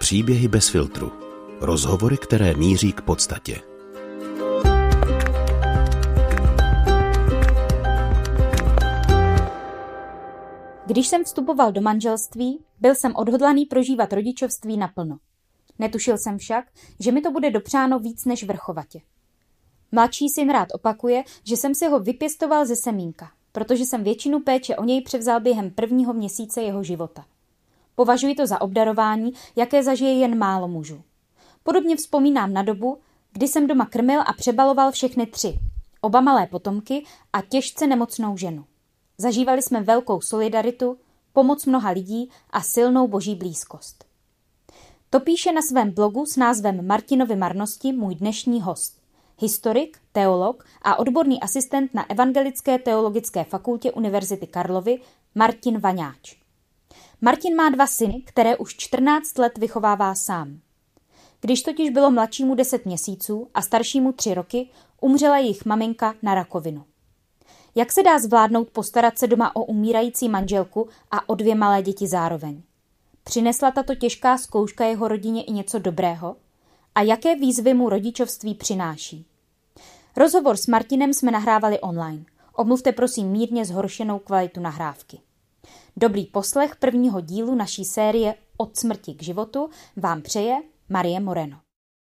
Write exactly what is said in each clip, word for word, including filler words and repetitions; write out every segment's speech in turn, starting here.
Příběhy bez filtru. Rozhovory, které míří k podstatě. Když jsem vstupoval do manželství, byl jsem odhodlaný prožívat rodičovství naplno. Netušil jsem však, že mi to bude dopřáno víc než vrchovatě. Mladší syn rád opakuje, že jsem si ho vypěstoval ze semínka, protože jsem většinu péče o něj převzal během prvního měsíce jeho života. Považuji to za obdarování, jaké zažije jen málo mužů. Podobně vzpomínám na dobu, kdy jsem doma krmil a přebaloval všechny tři, oba malé potomky a těžce nemocnou ženu. Zažívali jsme velkou solidaritu, pomoc mnoha lidí a silnou boží blízkost. To píše na svém blogu s názvem Martinovy marnosti můj dnešní host. Historik, teolog a odborný asistent na Evangelické teologické fakultě Univerzity Karlovy Martin Vaňáč. Martin má dva syny, které už čtrnáct let vychovává sám. Když totiž bylo mladšímu deset měsíců a staršímu tři roky, umřela jejich maminka na rakovinu. Jak se dá zvládnout postarat se doma o umírající manželku a o dvě malé děti zároveň? Přinesla tato těžká zkouška jeho rodině i něco dobrého? A jaké výzvy mu rodičovství přináší? Rozhovor s Martinem jsme nahrávali online. Omluvte prosím mírně zhoršenou kvalitu nahrávky. Dobrý poslech prvního dílu naší série Od smrti k životu vám přeje Marie Moreno.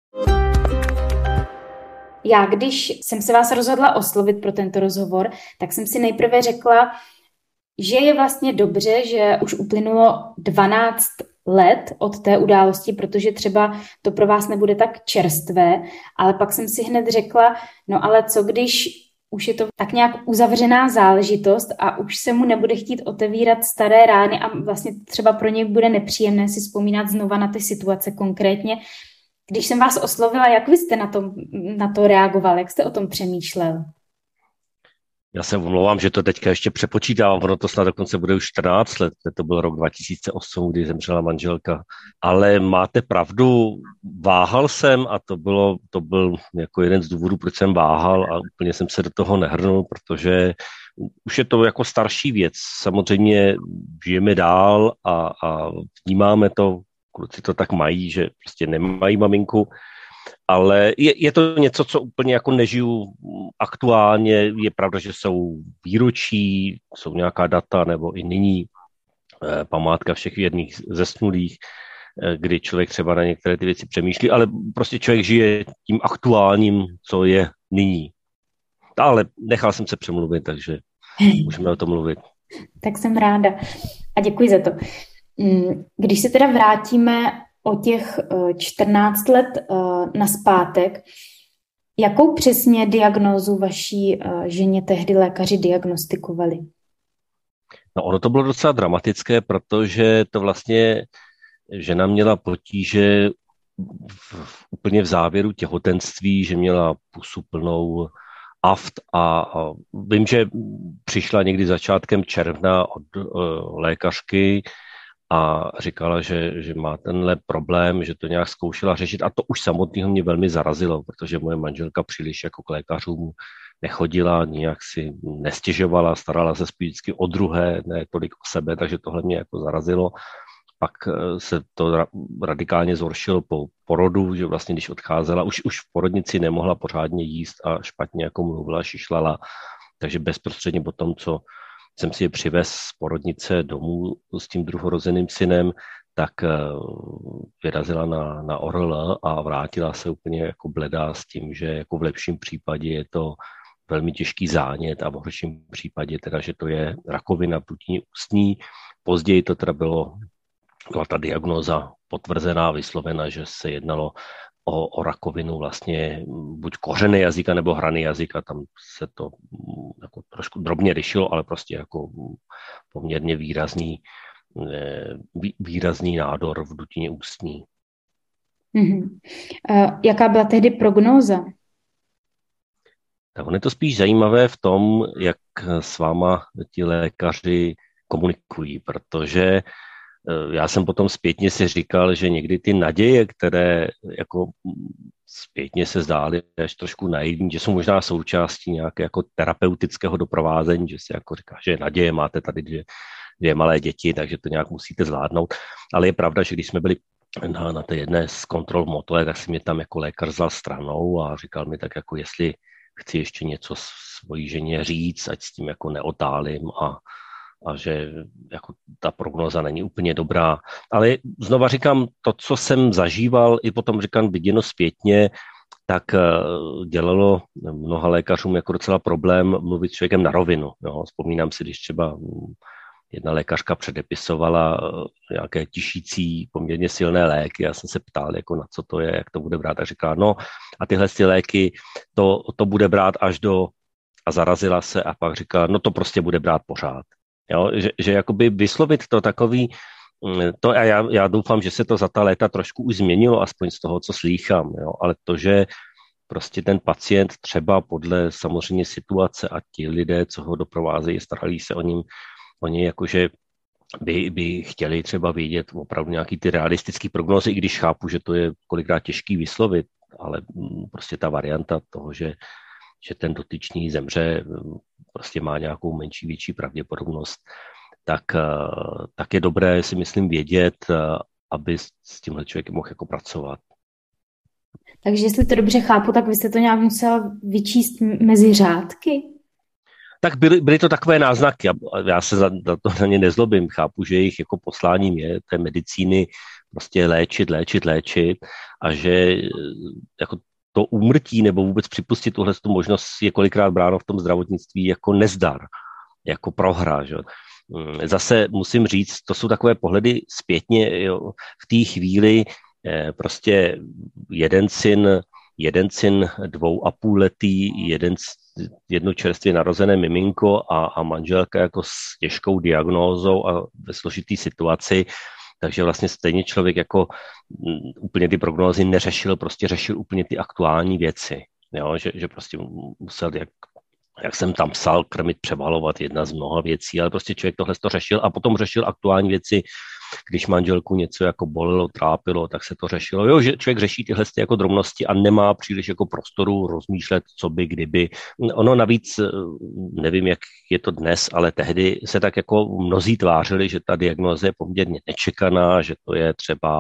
Já, když jsem se vás rozhodla oslovit pro tento rozhovor, tak jsem si nejprve řekla, že je vlastně dobře, že už uplynulo dvanáct let od té události, protože třeba to pro vás nebude tak čerstvé, ale pak jsem si hned řekla, no ale co když už je to tak nějak uzavřená záležitost a už se mu nebude chtít otevírat staré rány a vlastně třeba pro něj bude nepříjemné si vzpomínat znova na ty situace konkrétně. Když jsem vás oslovila, jak vy jste na to, na to reagoval, jak jste o tom přemýšlel? Já se omlouvám, že to teďka ještě přepočítávám, ono to snad dokonce bude už čtrnáct let, to byl rok dva tisíce osm, kdy zemřela manželka. Ale máte pravdu, váhal jsem a to, bylo, to byl jako jeden z důvodů, proč jsem váhal a úplně jsem se do toho nehrnul, protože už je to jako starší věc. Samozřejmě žijeme dál a, a vnímáme to, kluci to tak mají, že prostě nemají maminku, ale je, je to něco, co úplně jako nežiju aktuálně. Je pravda, že jsou výročí, jsou nějaká data, nebo i nyní eh, památka všech věrných zesnulých, eh, kdy člověk třeba na některé ty věci přemýšlí, ale prostě člověk žije tím aktuálním, co je nyní. Ale nechal jsem se přemluvit, takže můžeme o tom mluvit. Tak jsem ráda a děkuji za to. Když se teda vrátíme o těch čtrnáct let nazpátek, jakou přesně diagnózu vaší ženě tehdy lékaři diagnostikovali? No ono to bylo docela dramatické, protože to vlastně žena měla potíže v, v, úplně v závěru těhotenství, že měla pusu plnou aft a, a vím, že přišla někdy začátkem června od uh, lékařky a říkala, že, že má tenhle problém, že to nějak zkoušela řešit a to už samotného mě velmi zarazilo, protože moje manželka příliš jako k lékařům nechodila, nijak si nestěžovala, starala se spíš vždycky o druhé, ne tolik o sebe, takže tohle mě jako zarazilo. Pak se to radikálně zhoršilo po porodu, že vlastně když odcházela, už, už v porodnici nemohla pořádně jíst a špatně jako mluvila, šišlala, takže bezprostředně po tom, co jsem si je přivez z porodnice domů s tím druhorozeným synem, tak vyrazila na, na O R L a vrátila se úplně jako bledá s tím, že jako v lepším případě je to velmi těžký zánět a v horším případě teda, že to je rakovina dutiny ústní. Později to teda bylo, byla ta diagnóza potvrzená, vyslovena, že se jednalo O, o rakovinu vlastně buď kořeny jazyka nebo hrany jazyka, tam se to jako trošku drobně lišilo, ale prostě jako poměrně výrazný, výrazný nádor v dutině ústní. Mm-hmm. Uh, jaká byla tehdy prognóza? Tak on je to spíš zajímavé v tom, jak s váma ti lékaři komunikují, protože já jsem potom zpětně si říkal, že někdy ty naděje, které jako zpětně se zdály až trošku naivní, že jsou možná součástí nějaké jako terapeutického doprovázení, že se jako říká, že naděje, máte tady dvě, dvě malé děti, takže to nějak musíte zvládnout. Ale je pravda, že když jsme byli na, na té jedné z kontrol v Motole, tak si mě tam jako lékař vzal stranou a říkal mi tak jako, jestli chci ještě něco svojí ženě říct, ať s tím jako neotálím a, a že jako ta prognoza není úplně dobrá. Ale znova říkám, to, co jsem zažíval, i potom říkám viděno zpětně, tak dělalo mnoha lékařům jako docela problém mluvit s člověkem na rovinu. Jo. Vzpomínám si, když třeba jedna lékařka předepisovala nějaké tišící, poměrně silné léky. Já jsem se ptal, jako na co to je, jak to bude brát. A říkala, no a tyhle ty léky, to, to bude brát až do... A zarazila se a pak říkala, no to prostě bude brát pořád. Jo? Že, že jakoby vyslovit to takový, to a já, já doufám, že se to za ta léta trošku už změnilo, aspoň z toho, co slýchám. Jo? Ale to, že prostě ten pacient třeba podle samozřejmě situace a ti lidé, co ho doprovázejí, starali se o ním, oni jakože by, by chtěli třeba vědět opravdu nějaký ty realistické prognózy, i když chápu, že to je kolikrát těžký vyslovit, ale prostě ta varianta toho, že, že ten dotyčný zemře, prostě má nějakou menší, větší pravděpodobnost, tak, tak je dobré si myslím vědět, aby s tímhle člověkem mohl jako pracovat. Takže jestli to dobře chápu, tak vy jste to nějak musel vyčíst mezi řádky? Tak byly, byly to takové náznaky. Já se za, za to na ně nezlobím. Chápu, že jejich jako posláním je té medicíny prostě léčit, léčit, léčit a že jako to úmrtí nebo vůbec připustit tuhle tu možnost je kolikrát bráno v tom zdravotnictví jako nezdar, jako prohra. Že? Zase musím říct, to jsou takové pohledy zpětně, jo, v té chvíli eh, prostě jeden syn, jeden syn dvou a půl letý, jeden jedno čerstvě narozené miminko a, a manželka jako s těžkou diagnózou a ve složitý situaci, takže vlastně stejně člověk jako m, úplně ty prognózy neřešil, prostě řešil úplně ty aktuální věci, jo? Že, že prostě musel, jak, jak jsem tam psal, krmit, přebalovat, jedna z mnoha věcí, ale prostě člověk tohle to řešil a potom řešil aktuální věci, když manželku něco jako bolelo, trápilo, tak se to řešilo. Jo, že člověk řeší tyhle jako drobnosti a nemá příliš jako prostoru rozmýšlet, co by, kdyby. Ono navíc, nevím, jak je to dnes, ale tehdy se tak jako mnozí tvářili, že ta diagnóza je poměrně nečekaná, že to je třeba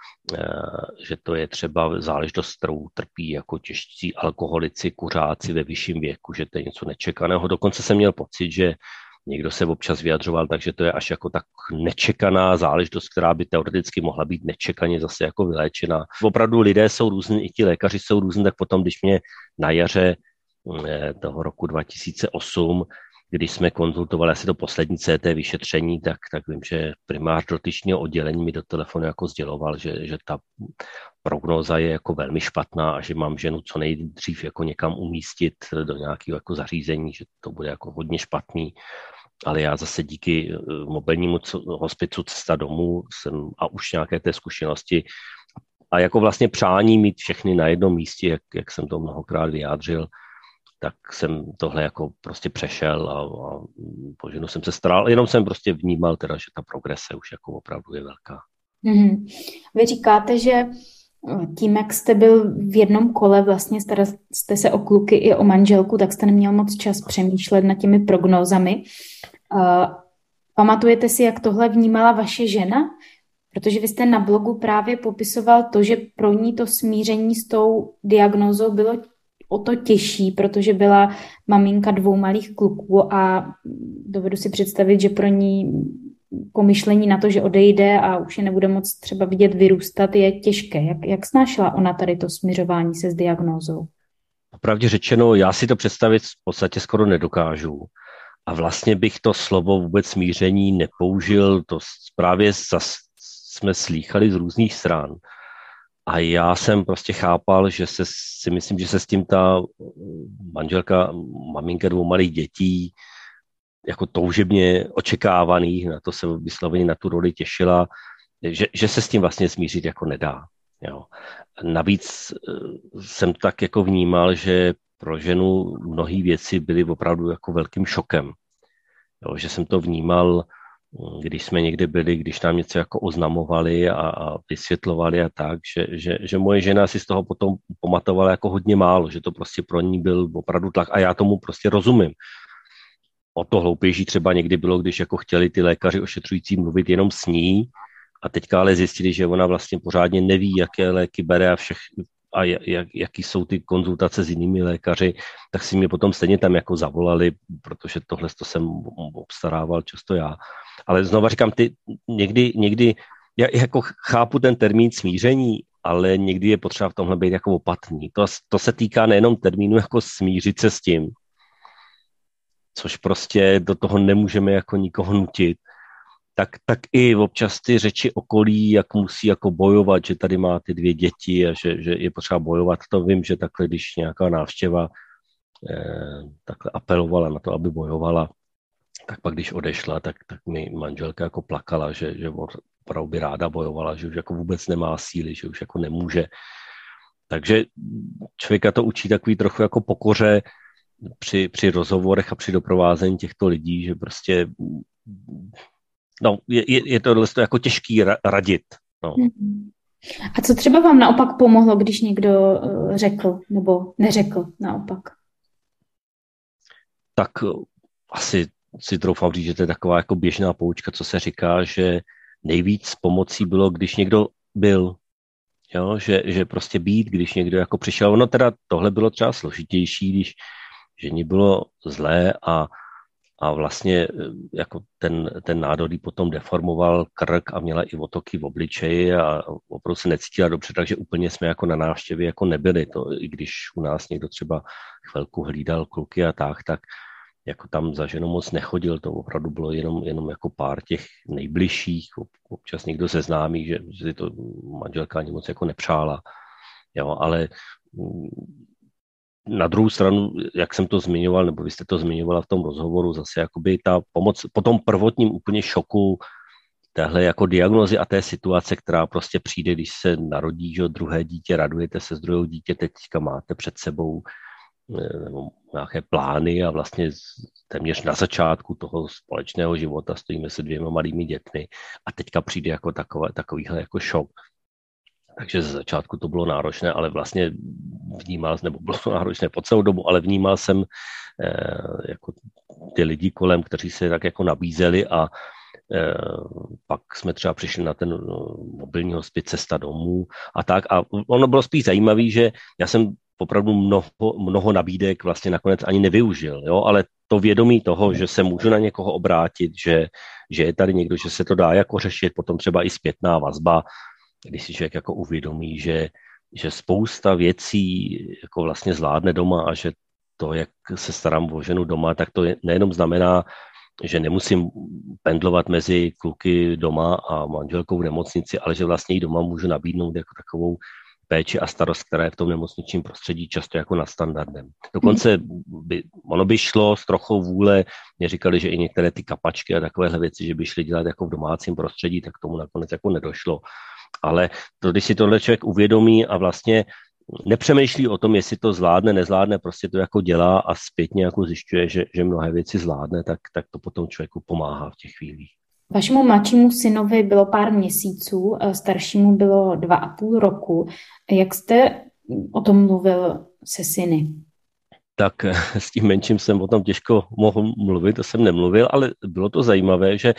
že to je třeba záležitost, kterou trpí jako těžcí alkoholici, kuřáci ve vyšším věku, že to je něco nečekaného. Dokonce jsem měl pocit, že někdo se občas vyjadřoval, takže to je až jako tak nečekaná záležitost, která by teoreticky mohla být nečekaně zase jako vyléčená. Opravdu lidé jsou různí, i ti lékaři jsou různí, tak potom, když mě na jaře toho roku dva tisíce osm, když jsme konzultovali asi to poslední C T vyšetření, tak, tak vím, že primář dotyčného oddělení mi do telefonu jako sděloval, že, že ta prognóza je jako velmi špatná a že mám ženu co nejdřív jako někam umístit do nějakého jako zařízení, že to bude jako hodně špatný. Ale já zase díky mobilnímu hospicu Cesta domů jsem a už nějaké té zkušenosti a jako vlastně přání mít všechny na jednom místě, jak, jak jsem to mnohokrát vyjádřil, tak jsem tohle jako prostě přešel a, a po ženu jsem se staral, jenom jsem prostě vnímal teda, že ta progrese už jako opravdu je velká. Mm-hmm. Vy říkáte, že tím, jak jste byl v jednom kole, vlastně staral jste se o kluky i o manželku, tak jste neměl moc čas přemýšlet nad těmi prognózami. Uh, pamatujete si, jak tohle vnímala vaše žena? Protože vy jste na blogu právě popisoval to, že pro ní to smíření s tou diagnózou bylo o to těžší, protože byla maminka dvou malých kluků a dovedu si představit, že pro ní pomyšlení na to, že odejde a už je nebude moc třeba vidět vyrůstat, je těžké. Jak, jak snášela ona tady to smiřování se s diagnózou? Popravdě řečeno, já si to představit v podstatě skoro nedokážu. A vlastně bych to slovo vůbec smíření nepoužil, to právě zas jsme slýchali z různých stran. A já jsem prostě chápal, že se, si myslím, že se s tím ta manželka, maminka dvou malých dětí, jako toužebně očekávaných, na to se vysloveně na tu roli těšila, že, že se s tím vlastně smířit jako nedá. Jo. Navíc jsem tak jako vnímal, že pro ženu mnohé věci byly opravdu jako velkým šokem. Jo, že jsem to vnímal, když jsme někde byli, když nám něco jako oznamovali a, a vysvětlovali a tak, že, že, že moje žena si z toho potom pamatovala jako hodně málo, že to prostě pro ní byl opravdu tlak a já tomu prostě rozumím. O to hloupější třeba někdy bylo, když jako chtěli ty lékaři ošetřující mluvit jenom s ní A teďka ale zjistili, že ona vlastně pořádně neví, jaké léky bere a všech, a jak, jaký jsou ty konzultace s jinými lékaři, tak si mě potom stejně tam jako zavolali, protože tohle to jsem obstarával často já. Ale znova říkám, ty někdy, někdy já jako chápu ten termín smíření, ale někdy je potřeba v tomhle být jako opatrný. To, to se týká nejenom termínu jako smířit se s tím, což prostě do toho nemůžeme jako nikoho nutit, tak, tak i občas ty řeči okolí, jak musí jako bojovat, že tady má ty dvě děti a že, že je potřeba bojovat. To vím, že takhle, když nějaká návštěva eh, takhle apelovala na to, aby bojovala, tak pak když odešla, tak, tak mi manželka jako plakala, že, že opravdu by ráda bojovala, že už jako vůbec nemá síly, že už jako nemůže. Takže člověka to učí takový trochu jako pokoře při, při rozhovorech a při doprovázení těchto lidí, že prostě no, je, je to jako těžký radit. No. A co třeba vám naopak pomohlo, když někdo řekl nebo neřekl naopak? Tak asi si troufám říct, že to je taková jako běžná poučka, co se říká, že nejvíc pomocí bylo, když někdo byl. Jo? Že, že prostě být, když někdo jako přišel. No teda tohle bylo třeba složitější, když ženě bylo zlé a A vlastně jako ten, ten nádor jí potom deformoval krk a měla i otoky v obličeji a opravdu se necítila dobře, takže úplně jsme jako na návštěvě jako nebyli. To, i když u nás někdo třeba chvilku hlídal kluky a tak, tak jako tam za ženou moc nechodil. To opravdu bylo jenom, jenom jako pár těch nejbližších, občas někdo se známý, že si to manželka ani moc jako nepřála. Jo, ale na druhou stranu, jak jsem to zmiňoval, nebo vy jste to zmiňovala v tom rozhovoru, zase jakoby ta pomoc po tom prvotním úplně šoku téhle jako diagnozy a té situace, která prostě přijde, když se narodí, že druhé dítě, radujete se z druhého dítě, teďka máte před sebou nebo nějaké plány a vlastně téměř na začátku toho společného života stojíme se dvěma malými dětmi a teďka přijde jako takové, takovýhle jako šok. Takže ze začátku to bylo náročné, ale vlastně vnímal, nebo bylo to náročné po celou dobu, ale vnímal jsem eh, jako ty lidi kolem, kteří se tak jako nabízeli a eh, pak jsme třeba přišli na ten mobilní hospic Cesta domů a tak. A ono bylo spíš zajímavé, že já jsem opravdu mnoho, mnoho nabídek vlastně nakonec ani nevyužil, jo? Ale to vědomí toho, že se můžu na někoho obrátit, že, že je tady někdo, že se to dá jako řešit, potom třeba i zpětná vazba, když si člověk jako uvědomí, že, že spousta věcí jako vlastně zvládne doma a že to, jak se starám o ženu doma, tak to je, nejenom znamená, že nemusím pendlovat mezi kluky doma a manželkou v nemocnici, ale že vlastně i doma můžu nabídnout jako takovou péči a starost, která je v tom nemocničním prostředí často jako nadstandardem. Dokonce by, ono by šlo s trochou vůle, mě říkali, že i některé ty kapačky a takovéhle věci, že by šly dělat jako v domácím prostředí, tak tomu nakonec jako nedošlo. Ale to, když si tohle člověk uvědomí a vlastně nepřemýšlí o tom, jestli to zvládne, nezvládne, prostě to jako dělá a zpětně jako zjišťuje, že, že mnohé věci zvládne, tak, tak to potom člověku pomáhá v těch chvílích. Vašemu mladšímu synovi bylo pár měsíců, staršímu bylo dva a půl roku. Jak jste o tom mluvil se syny? Tak s tím menším jsem o tom těžko mohl mluvit, to jsem nemluvil, ale bylo to zajímavé, že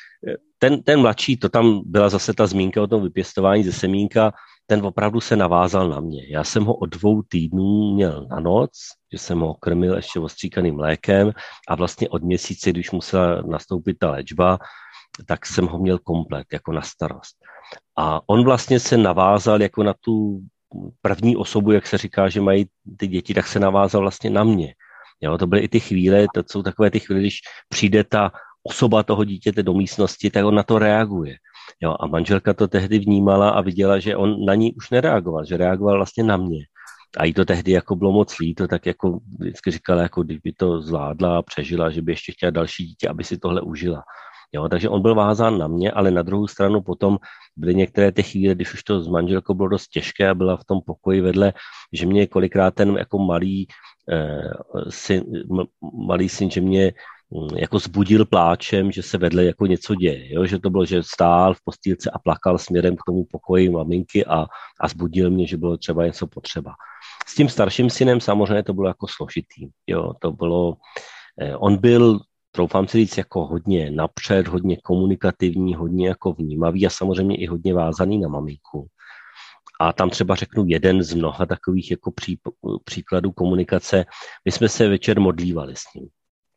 ten, ten mladší, to tam byla zase ta zmínka o tom vypěstování ze semínka, ten opravdu se navázal na mě. Já jsem ho od dvou týdnů měl na noc, že jsem ho krmil ještě ostříkaným mlékem a vlastně od měsíce, když musela nastoupit ta léčba, tak jsem ho měl komplet, jako na starost. A on vlastně se navázal jako na tu první osobu, jak se říká, že mají ty děti, tak se navázal vlastně na mě. Jo, to byly i ty chvíle, to jsou takové ty chvíle, když přijde ta osoba toho dítěte do místnosti, tak on na to reaguje. Jo, a manželka to tehdy vnímala a viděla, že on na ní už nereagoval, že reagoval vlastně na mě. A jí to tehdy jako bylo moc líto, tak jako vždycky říkala, jako kdyby to zvládla a přežila, že by ještě chtěla další dítě, aby si tohle užila. Jo, takže on byl vázán na mě, ale na druhou stranu potom byly některé ty chvíle, když už to s manželkou bylo dost těžké a byla v tom pokoji vedle, že mě kolikrát ten jako malý, eh, syn, malý syn, že mě jako zbudil pláčem, že se vedle jako něco děje, jo? Že to bylo, že stál v postýlce a plakal směrem k tomu pokoji maminky a, a zbudil mě, že bylo třeba něco potřeba. S tím starším synem samozřejmě to bylo jako složitý, jo? To bylo, eh, on byl troufám si říct, jako hodně napřed, hodně komunikativní, hodně jako vnímavý a samozřejmě i hodně vázaný na maminku. A tam třeba řeknu jeden z mnoha takových jako pří, příkladů komunikace. My jsme se večer modlívali s ním.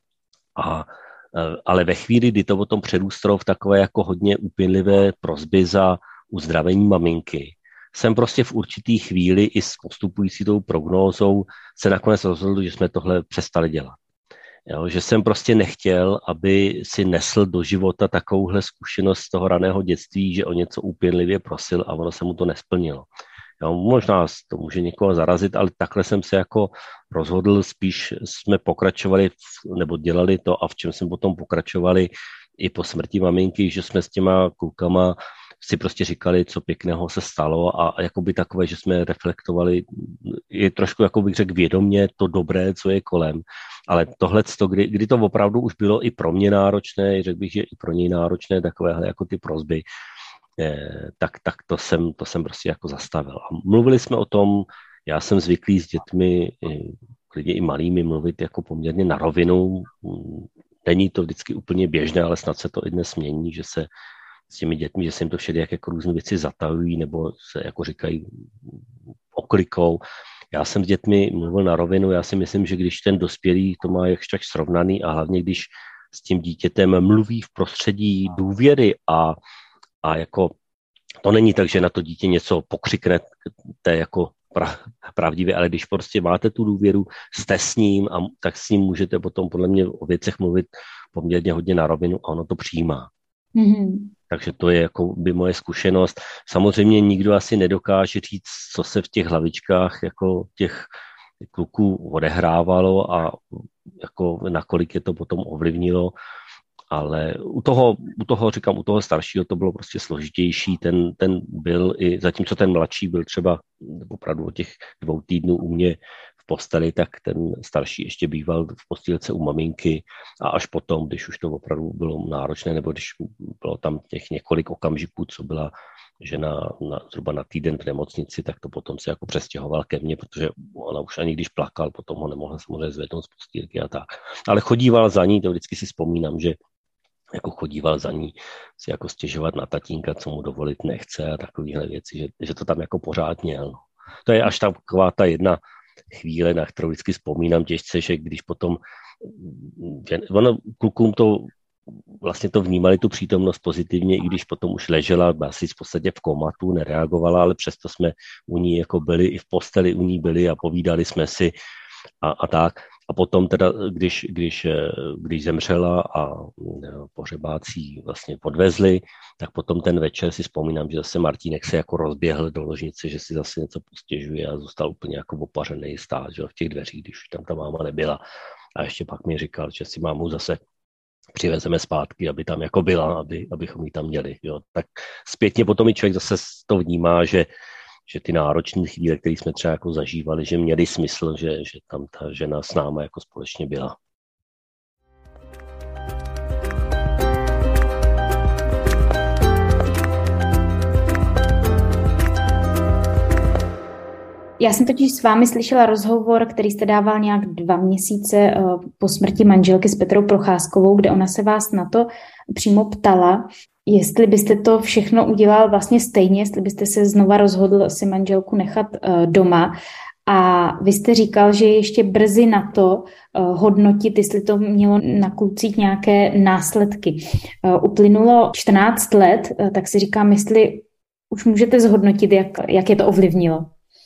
A, ale ve chvíli, kdy to potom přerůstalo v takové jako hodně úpěnlivé prosby za uzdravení maminky, jsem prostě v určitý chvíli i s postupující tou prognózou se nakonec rozhodl, že jsme tohle přestali dělat. Jo, že jsem prostě nechtěl, aby si nesl do života takovouhle zkušenost z toho raného dětství, že o něco úpěnlivě prosil a ono se mu to nesplnilo. Jo, možná to může někoho zarazit, ale takhle jsem se jako rozhodl, spíš jsme pokračovali, v, nebo dělali to a v čem jsme potom pokračovali i po smrti maminky, že jsme s těma klukama si prostě říkali, co pěkného se stalo a, a jakoby takové, že jsme reflektovali, je trošku, jako bych řekl, vědomě to dobré, co je kolem. Ale tohle, kdy, kdy to opravdu už bylo i pro mě náročné, řekl bych, že i pro něj náročné, takovéhle jako ty prosby, eh, tak, tak to, jsem, to jsem prostě jako zastavil. A mluvili jsme o tom, já jsem zvyklý s dětmi, klidně i malými, mluvit jako poměrně na rovinu. Není to vždycky úplně běžné, ale snad se to i dnes mění, že se s těmi dětmi, že se jim to všelijak jako různé věci zatahují nebo se jako říkají oklikou. Já jsem s dětmi mluvil na rovinu, já si myslím, že když ten dospělý to má jakž tak srovnaný a hlavně když s tím dítětem mluví v prostředí důvěry a, a jako to není tak, že na to dítě něco pokřiknete jako pra, pravdivě, ale když prostě máte tu důvěru, jste s ním a tak s ním můžete potom podle mě o věcech mluvit poměrně hodně na rovinu a ono to přijímá. Mm-hmm. Takže to je jako by moje zkušenost. Samozřejmě nikdo asi nedokáže říct, co se v těch hlavičkách jako těch kluků odehrávalo a jako nakolik je to potom ovlivnilo, ale u toho, u toho, říkám, u toho staršího to bylo prostě složitější, ten, ten byl i, zatímco ten mladší byl třeba opravdu o těch dvou týdnů u mě v posteli, tak ten starší ještě býval v postýlce u maminky a až potom, když už to opravdu bylo náročné, nebo když bylo tam těch několik okamžiků, co byla žena na, zhruba na týden v nemocnici, tak to potom se jako přestěhoval ke mně, protože ona už ani když plakal, potom ho nemohla samozřejmě zvednout z postýlky a tak. Ale chodíval za ní, to vždycky si vzpomínám, že jako chodíval za ní si jako stěžovat na tatínka, co mu dovolit nechce a takovéhle věci, že, že to tam jako pořád měl. To je až taková ta jedna chvíle, na kterou vždycky vzpomínám těžce, že když potom, že ono klukům to vlastně to vnímali tu přítomnost pozitivně, i když potom už ležela asi v podstatě v komatu, nereagovala, ale přesto jsme u ní jako byli, i v posteli u ní byli a povídali jsme si a, a tak. A potom teda, když, když, když zemřela a pohřebáci vlastně podvezli, tak potom ten večer si vzpomínám, že zase Martínek se jako rozběhl do ložnice, že si zase něco postěžuje a zůstal úplně jako opařený stát, že v těch dveřích, když tam ta máma nebyla. A ještě pak mi říkal, že si mámu zase přivezeme zpátky, aby tam jako byla, aby, abychom ji tam měli. Jo. Tak zpětně potom i člověk zase to vnímá, že že ty náročné chvíle, které jsme třeba jako zažívali, že měly smysl, že, že tam ta žena s náma jako společně byla. Já jsem totiž s vámi slyšela rozhovor, který jste dával nějak dva měsíce po smrti manželky s Petrou Procházkovou, kde ona se vás na to přímo ptala, jestli byste to všechno udělal vlastně stejně, jestli byste se znova rozhodl si manželku nechat doma. A vy jste říkal, že ještě brzy na to hodnotit, jestli to mělo na klucích nějaké následky. Uplynulo čtrnáct let, tak si říkám, jestli už můžete zhodnotit, jak, jak je to ovlivnilo.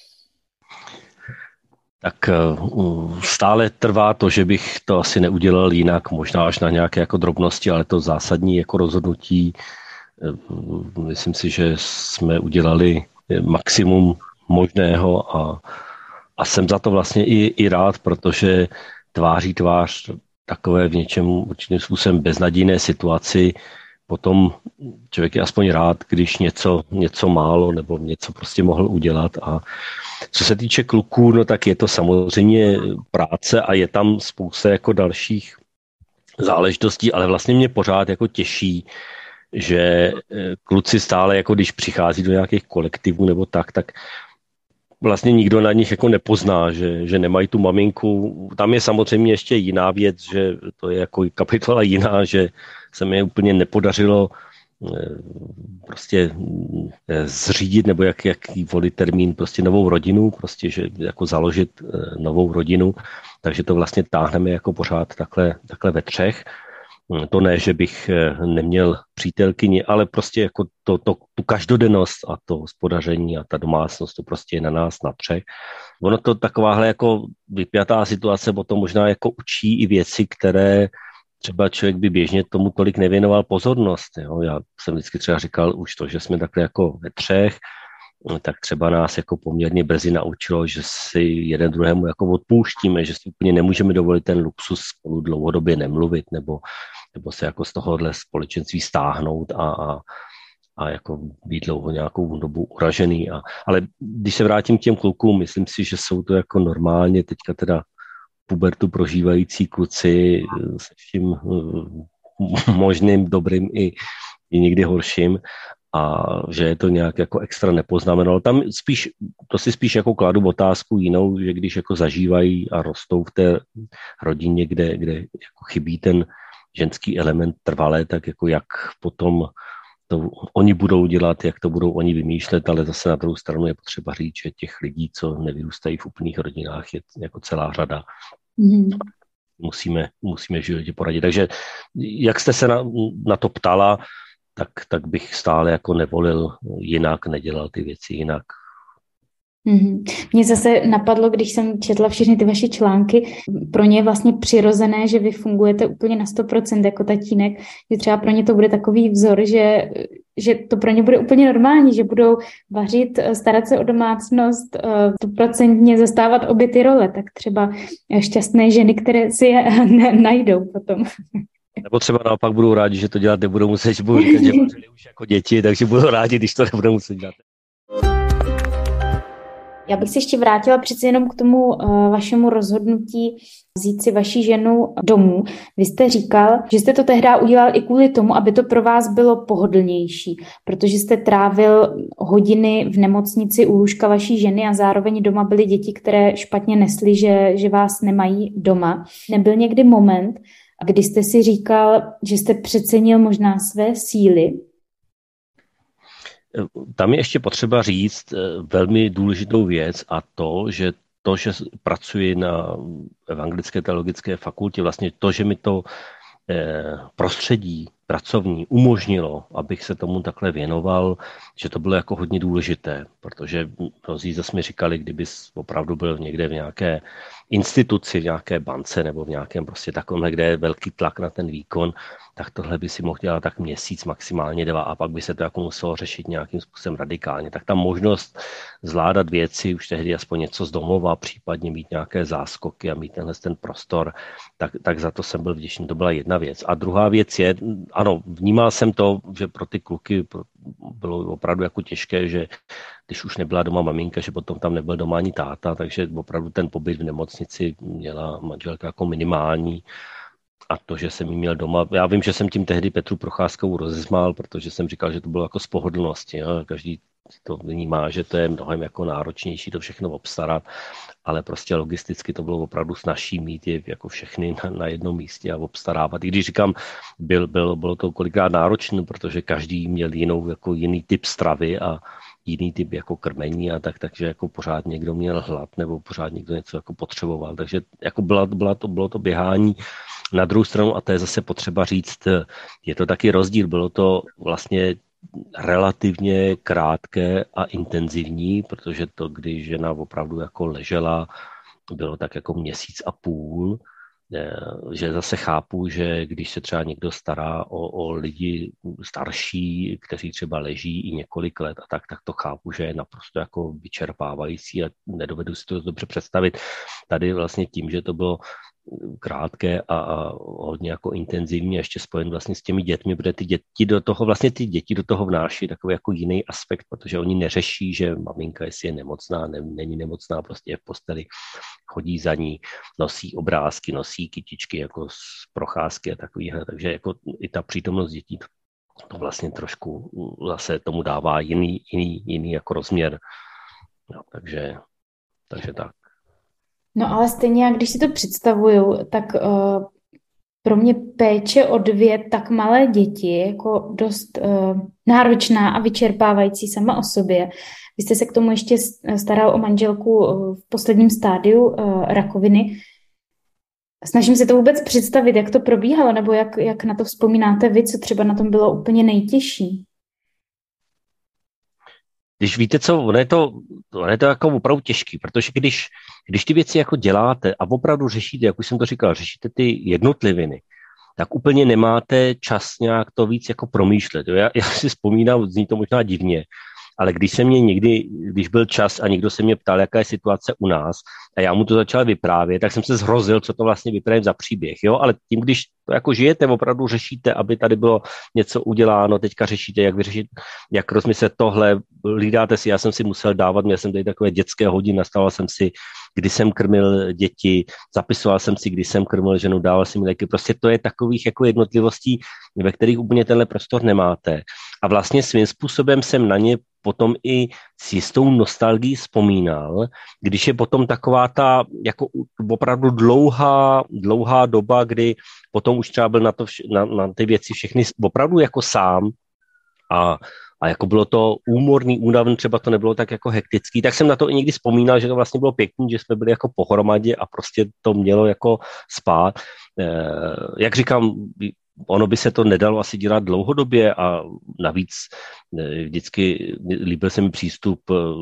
Tak stále trvá to, že bych to asi neudělal jinak, možná až na nějaké jako drobnosti, ale to zásadní jako rozhodnutí, myslím si, že jsme udělali maximum možného a, a jsem za to vlastně i, i rád, protože tváří tvář takové v něčem určitým způsobem beznadějné situaci, potom člověk je aspoň rád, když něco, něco málo nebo něco prostě mohl udělat. A co se týče kluků, no tak je to samozřejmě práce a je tam spousta jako dalších záležitostí, ale vlastně mě pořád jako těší, že kluci stále jako když přichází do nějakých kolektivů nebo tak, tak vlastně nikdo na nich jako nepozná, že, že nemají tu maminku. Tam je samozřejmě ještě jiná věc, že to je jako kapitola jiná, že se mi úplně nepodařilo prostě zřídit, nebo jak, jaký volit termín, prostě novou rodinu, prostě, že jako založit novou rodinu, takže to vlastně táhneme jako pořád takhle, takhle ve třech. To ne, že bych neměl přítelkyni, ale prostě jako to, to, tu každodennost a to hospodaření a ta domácnost, to prostě je na nás na třech. Ono to takováhle jako vypjatá situace potom možná jako učí i věci, které třeba člověk by běžně tomu tolik nevěnoval pozornost. Jo. Já jsem vždycky třeba říkal už to, že jsme takhle jako ve třech, tak třeba nás jako poměrně brzy naučilo, že si jeden druhému jako odpouštíme, že si úplně nemůžeme dovolit ten luxus spolu dlouhodobě nemluvit nebo, nebo se jako z tohohle společenství stáhnout a, a, a jako být dlouho nějakou dobu uražený. A, ale když se vrátím k těm klukům, myslím si, že jsou to jako normálně teďka teda pubertu prožívající kluci se vším možným, dobrým i, i někdy horším a že je to nějak jako extra nepoznamenalo. Tam spíš, to si spíš jako kladu otázku jinou, že když jako zažívají a rostou v té rodině, kde, kde jako chybí ten ženský element trvalé, tak jako jak potom to oni budou dělat, jak to budou oni vymýšlet, ale zase na druhou stranu je potřeba říct, že těch lidí, co nevyrůstají v úplných rodinách, je jako celá řada. Mm. Musíme, musíme v životě poradit. Takže jak jste se na, na to ptala, tak, tak bych stále jako nevolil jinak, nedělal ty věci jinak. Mm-hmm. Mně zase napadlo, když jsem četla všechny ty vaše články, pro ně je vlastně přirozené, že vy fungujete úplně na sto procent jako tatínek, že třeba pro ně to bude takový vzor, že, že to pro ně bude úplně normální, že budou vařit, starat se o domácnost, stoprocentně zastávat obě ty role, tak třeba šťastné ženy, které si je najdou potom. Nebo třeba naopak budou rádi, že to dělat nebudou muset, že budou říkat, že vařili už jako děti, takže budou rádi, když to nebudou muset dělat. Já bych se ještě vrátila přeci jenom k tomu uh, vašemu rozhodnutí vzít si vaši ženu domů. Vy jste říkal, že jste to tehdy udělal i kvůli tomu, aby to pro vás bylo pohodlnější, protože jste trávil hodiny v nemocnici u lůžka vaší ženy a zároveň doma byly děti, které špatně nesly, že, že vás nemají doma. Nebyl někdy moment, kdy jste si říkal, že jste přecenil možná své síly? Tam je ještě potřeba říct velmi důležitou věc a to, že to, že pracuji na Evangelické teologické fakultě, vlastně to, že mi to prostředí pracovní umožnilo, abych se tomu takhle věnoval, že to bylo jako hodně důležité, protože mnozí zase mi říkali, kdyby opravdu byl někde v nějaké instituci, v nějaké bance nebo v nějakém prostě takovémhle, kde je velký tlak na ten výkon, tak tohle by si mohl dělat tak měsíc, maximálně dva a pak by se to jako muselo řešit nějakým způsobem radikálně. Tak ta možnost zvládat věci, už tehdy aspoň něco z domova, případně mít nějaké záskoky a mít tenhle ten prostor, tak, tak za to jsem byl vděčný. To byla jedna věc. A druhá věc je, ano, vnímal jsem to, že pro ty kluky bylo opravdu jako těžké, že když už nebyla doma maminka, že potom tam nebyl doma ani táta, takže opravdu ten pobyt v nemocnici měla manželka jako minimální. A to, že jsem jí měl doma, já vím, že jsem tím tehdy Petru Procházkovou rozesmál, protože jsem říkal, že to bylo jako z pohodlnosti. Jo? Každý to vnímá, že to je mnohem jako náročnější to všechno obstarat, ale prostě logisticky to bylo opravdu snazší mít je jako všechny na, na jednom místě a obstarávat. I když říkám, byl, byl, bylo to kolikrát náročné, protože každý měl jinou, jako jiný typ stravy a jiný typ jako krmení a tak, takže jako pořád někdo měl hlad nebo pořád někdo něco jako potřeboval. Takže jako byla, byla to, bylo to běhání. Na druhou stranu, a to je zase potřeba říct, je to taky rozdíl, bylo to vlastně relativně krátké a intenzivní, protože to, když žena opravdu jako ležela, bylo tak jako měsíc a půl, že zase chápu, že když se třeba někdo stará o, o lidi starší, kteří třeba leží i několik let a tak, tak to chápu, že je naprosto jako vyčerpávající a nedovedu si to dobře představit. Tady vlastně tím, že to bylo krátké a, a hodně jako intenzivní, ještě spojen vlastně s těmi dětmi, protože ty děti do toho, vlastně ty děti do toho vnáší takový jako jiný aspekt, protože oni neřeší, že maminka, jestli je nemocná, ne, není nemocná, prostě je v posteli, chodí za ní, nosí obrázky, nosí kytičky jako z procházky a takovýhle, takže jako i ta přítomnost dětí to vlastně trošku zase tomu dává jiný, jiný, jiný jako rozměr. No, takže takže tak. No ale stejně, jak když si to představuju, tak uh, pro mě péče o dvě tak malé děti je jako dost uh, náročná a vyčerpávající sama o sobě. Vy jste se k tomu ještě staral o manželku uh, v posledním stádiu uh, rakoviny. Snažím se to vůbec představit, jak to probíhalo, nebo jak, jak na to vzpomínáte vy, co třeba na tom bylo úplně nejtěžší. Když víte co, ono je to, ono je to jako opravdu těžký, protože když, když ty věci jako děláte a opravdu řešíte, jak už jsem to říkal, řešíte ty jednotliviny, tak úplně nemáte čas nějak to víc jako promýšlet. Jo? Já, já si vzpomínám, zní to možná divně, ale když se mě někdy, když byl čas a někdo se mě ptal, jaká je situace u nás a já mu to začal vyprávět, tak jsem se zhrozil, co to vlastně vyprávím za příběh. Jo? Ale tím, když to jako žijete, opravdu řešíte, aby tady bylo něco uděláno, teďka řešíte, jak vyřešit, jak rozmyslet tohle, hlídáte si, já jsem si musel dávat, měl jsem tady takové dětské hodiny, nastavil jsem si, kdy jsem krmil děti, zapisoval jsem si, kdy jsem krmil ženu, dával jsem mi léky. Prostě to je takových jako jednotlivostí, ve kterých úplně tenhle prostor nemáte. A vlastně svým způsobem jsem na ně potom i s jistou nostalgií vzpomínal, když je potom taková ta jako opravdu dlouhá, dlouhá doba, kdy potom už třeba byl na, to vš- na, na ty věci všechny opravdu jako sám a, a jako bylo to úmorný, únavný, třeba to nebylo tak jako hektický, tak jsem na to i někdy vzpomínal, že to vlastně bylo pěkný, že jsme byli jako pohromadě a prostě to mělo jako spát. E, jak říkám, ono by se to nedalo asi dělat dlouhodobě a navíc vždycky líbil se mi přístup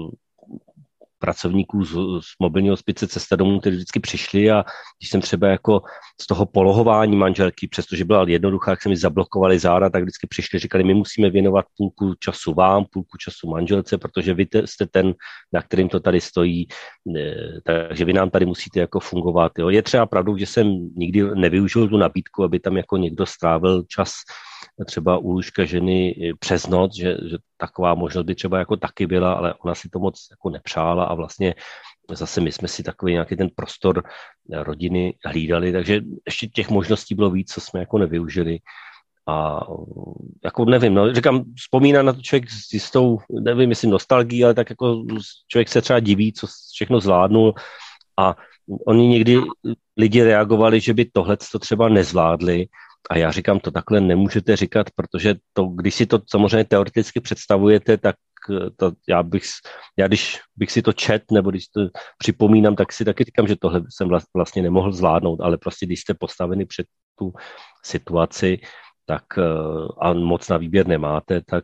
pracovníků z, z mobilního hospice Cesta domů, kteří vždycky přišli a když jsem třeba jako z toho polohování manželky, přestože byla jednoduchá, jak se mi zablokovali záda, tak vždycky přišli, říkali, my musíme věnovat půlku času vám, půlku času manželce, protože vy jste ten, na kterým to tady stojí, takže vy nám tady musíte jako fungovat. Jo. Je třeba pravdou, že jsem nikdy nevyužil tu nabídku, aby tam jako někdo strávil čas třeba u lůžka ženy přes noc, že, že taková možnost by třeba jako taky byla, ale ona si to moc jako nepřála a vlastně zase my jsme si takový nějaký ten prostor rodiny hlídali, takže ještě těch možností bylo víc, co jsme jako nevyužili. A jako nevím, no, říkám, vzpomíná na to člověk s jistou, nevím, jestli nostalgií, ale tak jako člověk se třeba diví, co všechno zvládnul a oni někdy lidi reagovali, že by tohleto třeba nezvládli. A já říkám, to takhle nemůžete říkat, protože to, když si to samozřejmě teoreticky představujete, tak to, já, bych, já když bych si to čet, nebo když to připomínám, tak si taky říkám, že tohle jsem vlastně nemohl zvládnout, ale prostě když jste postaveni před tu situaci, tak a moc na výběr nemáte, tak,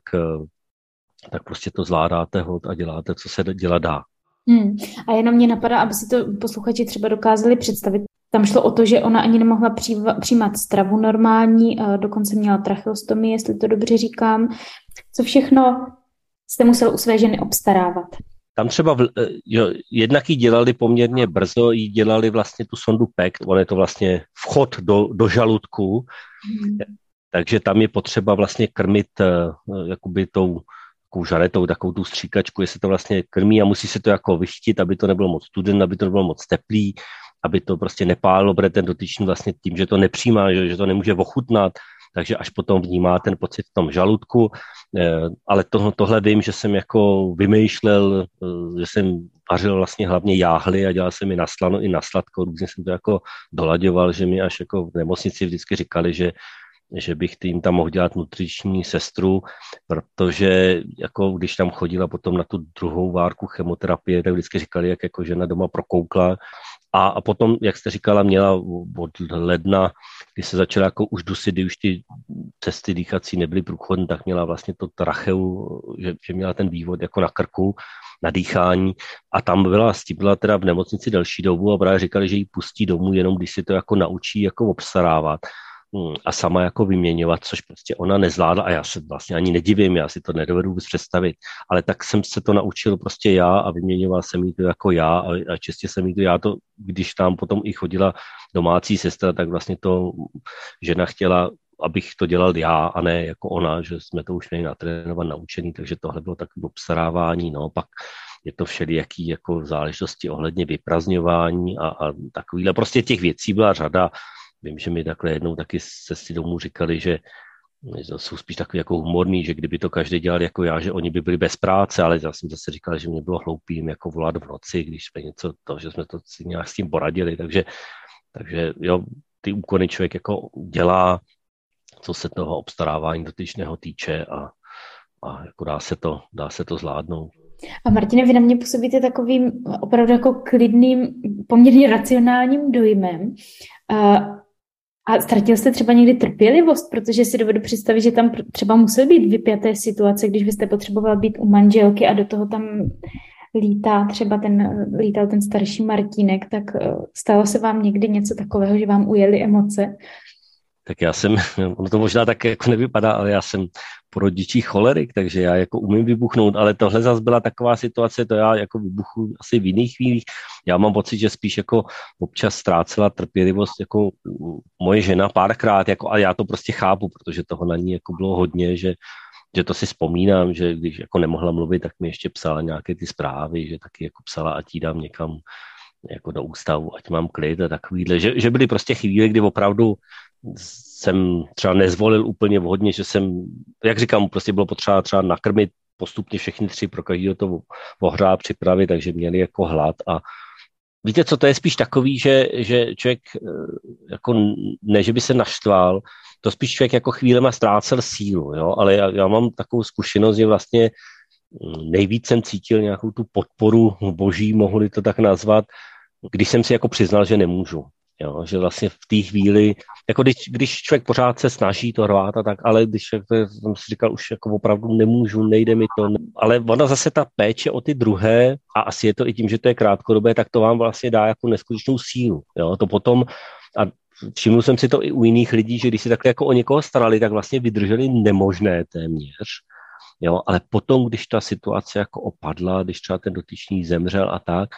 tak prostě to zvládáte a děláte, co se dělat dá. Hmm. A jenom mě napadá, aby si to posluchači třeba dokázali představit. Tam šlo o to, že ona ani nemohla přijímat stravu normální, dokonce měla tracheostomii, jestli to dobře říkám. Co všechno jste musel u své ženy obstarávat? Tam třeba, v, jo, jednak jí dělali poměrně brzo, jí dělali vlastně tu sondu P E C, on je to vlastně vchod do, do žaludku, hmm. takže tam je potřeba vlastně krmit jakoby tou takovou žaretou, takovou tu stříkačku, jestli to vlastně krmí a musí se to jako vyštit, aby to nebylo moc studené, aby to nebylo moc teplý, aby to prostě nepálilo, protože ten dotyčný vlastně tím, že to nepřijímá, že, že to nemůže ochutnat, takže až potom vnímá ten pocit v tom žaludku, ale to, tohle vím, že jsem jako vymýšlel, že jsem vařil vlastně hlavně jáhly a dělal jsem i na slano i na sladko, různě jsem to jako dolaďoval, že mi až jako v nemocnici vždycky říkali, že že bych tím tam mohl dělat nutriční sestru, protože jako když tam chodila potom na tu druhou várku chemoterapie, tak vždycky říkali, jak jako žena doma prokoukla. A, a potom, jak jste říkala, měla od ledna, kdy se začala jako už dusit, kdy už ty cesty dýchací nebyly průchodné, tak měla vlastně to tracheu, že, že měla ten vývod jako na krku, na dýchání a tam byla, byla teda v nemocnici delší dobu a právě říkali, že ji pustí domů, jenom když si to jako naučí jako obstarávat a sama jako vyměňovat, což prostě ona nezvládla a já se vlastně ani nedivím, já si to nedovedu vůbec představit, ale tak jsem se to naučil prostě já a vyměňoval jsem jí to jako já a, a čistě jsem jí to já to, když tam potom i chodila domácí sestra, tak vlastně to žena chtěla, abych to dělal já a ne jako ona, že jsme to už měli natrénovat, naučený, takže tohle bylo takové obstarávání, no, pak je to všelijaký jako záležitosti ohledně vyprazňování a, a takovýhle, prostě těch věcí byla řada. Vím, že mi takhle jednou taky se si domů říkali, že jsou spíš takový jako humorný, že kdyby to každý dělal jako já, že oni by byli bez práce, ale já jsem zase říkal, že mě bylo hloupý jim jako volat v noci, když jsme něco, to, že jsme to si nějak s tím poradili, takže, takže jo, ty úkony člověk jako dělá, co se toho obstarávání dotyčného týče a, a jako dá se to, dá se to zvládnout. A Martine, vy na mě působíte takovým opravdu jako klidným, poměrně racionálním dojmem. A, a ztratil jste třeba někdy trpělivost, protože si dovedu představit, že tam třeba musely být vypjaté situace, když byste potřeboval být u manželky a do toho tam lítá třeba ten, lítal ten starší Martínek, tak stalo se vám někdy něco takového, že vám ujeli emoce? Tak já jsem, ono to možná tak jako nevypadá, ale já jsem porodičí cholerik, takže já jako umím vybuchnout, ale tohle zase byla taková situace, to já jako vybuchu asi v jiných chvílích. Já mám pocit, že spíš jako občas ztrácela trpělivost jako moje žena párkrát, jako, a já to prostě chápu, protože toho na ní jako bylo hodně, že, že to si vzpomínám, že když jako nemohla mluvit, tak mi ještě psala nějaké ty zprávy, že taky jako psala, ať jí dám někam jako do ústavu, ať mám klid a takovýhle, že, že byly prostě chvíle, kdy opravdu jsem třeba nezvolil úplně vhodně, že jsem, jak říkám, prostě bylo potřeba třeba nakrmit postupně všechny tři, pro každého to ohřát, připravit, takže měli jako hlad a víte co, to je spíš takový, že, že člověk jako ne, že by se naštval, to spíš člověk jako chvílema ztrácel sílu, jo, ale já, já mám takovou zkušenost, že vlastně nejvíc jsem cítil nějakou tu podporu boží, mohli to tak nazvat, když jsem si jako přiznal, že nemůžu. Jo, že vlastně v té chvíli, jako když, když člověk pořád se snaží to hrát a tak, ale když jsem si říkal, už jako opravdu nemůžu, nejde mi to, ale ona zase ta péče o ty druhé, a asi je to i tím, že to je krátkodobé, tak to vám vlastně dá jako neskutečnou sílu. Jo, to potom, a všiml jsem si to i u jiných lidí, že když si takhle jako o někoho starali, tak vlastně vydrželi nemožné téměř. Jo, ale potom, když ta situace jako opadla, když třeba ten dotyčný zemřel a tak,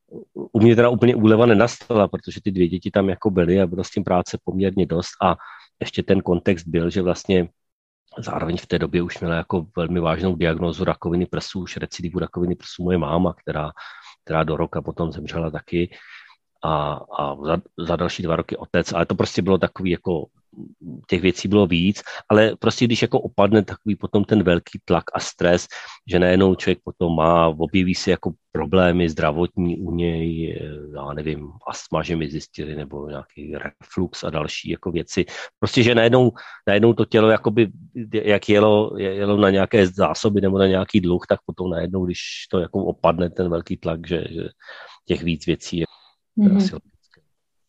u mě teda úplně úleva nenastala, protože ty dvě děti tam jako byly a bylo s tím práce poměrně dost a ještě ten kontext byl, že vlastně zároveň v té době už měla jako velmi vážnou diagnózu rakoviny prsu, už recidivu rakoviny prsu moje máma, která, která do roka potom zemřela taky a, a za, za další dva roky otec, ale to prostě bylo takový jako těch věcí bylo víc, ale prostě když jako opadne takový potom ten velký tlak a stres, že najednou člověk potom má, objeví se jako problémy zdravotní u něj, já nevím, astma, že mi zjistili, nebo nějaký reflux a další jako věci. Prostě, že najednou, najednou to tělo jakoby, jak jelo, jelo na nějaké zásoby nebo na nějaký dluh, tak potom najednou, když to jako opadne ten velký tlak, že, že těch víc věcí je mm-hmm. asi logické.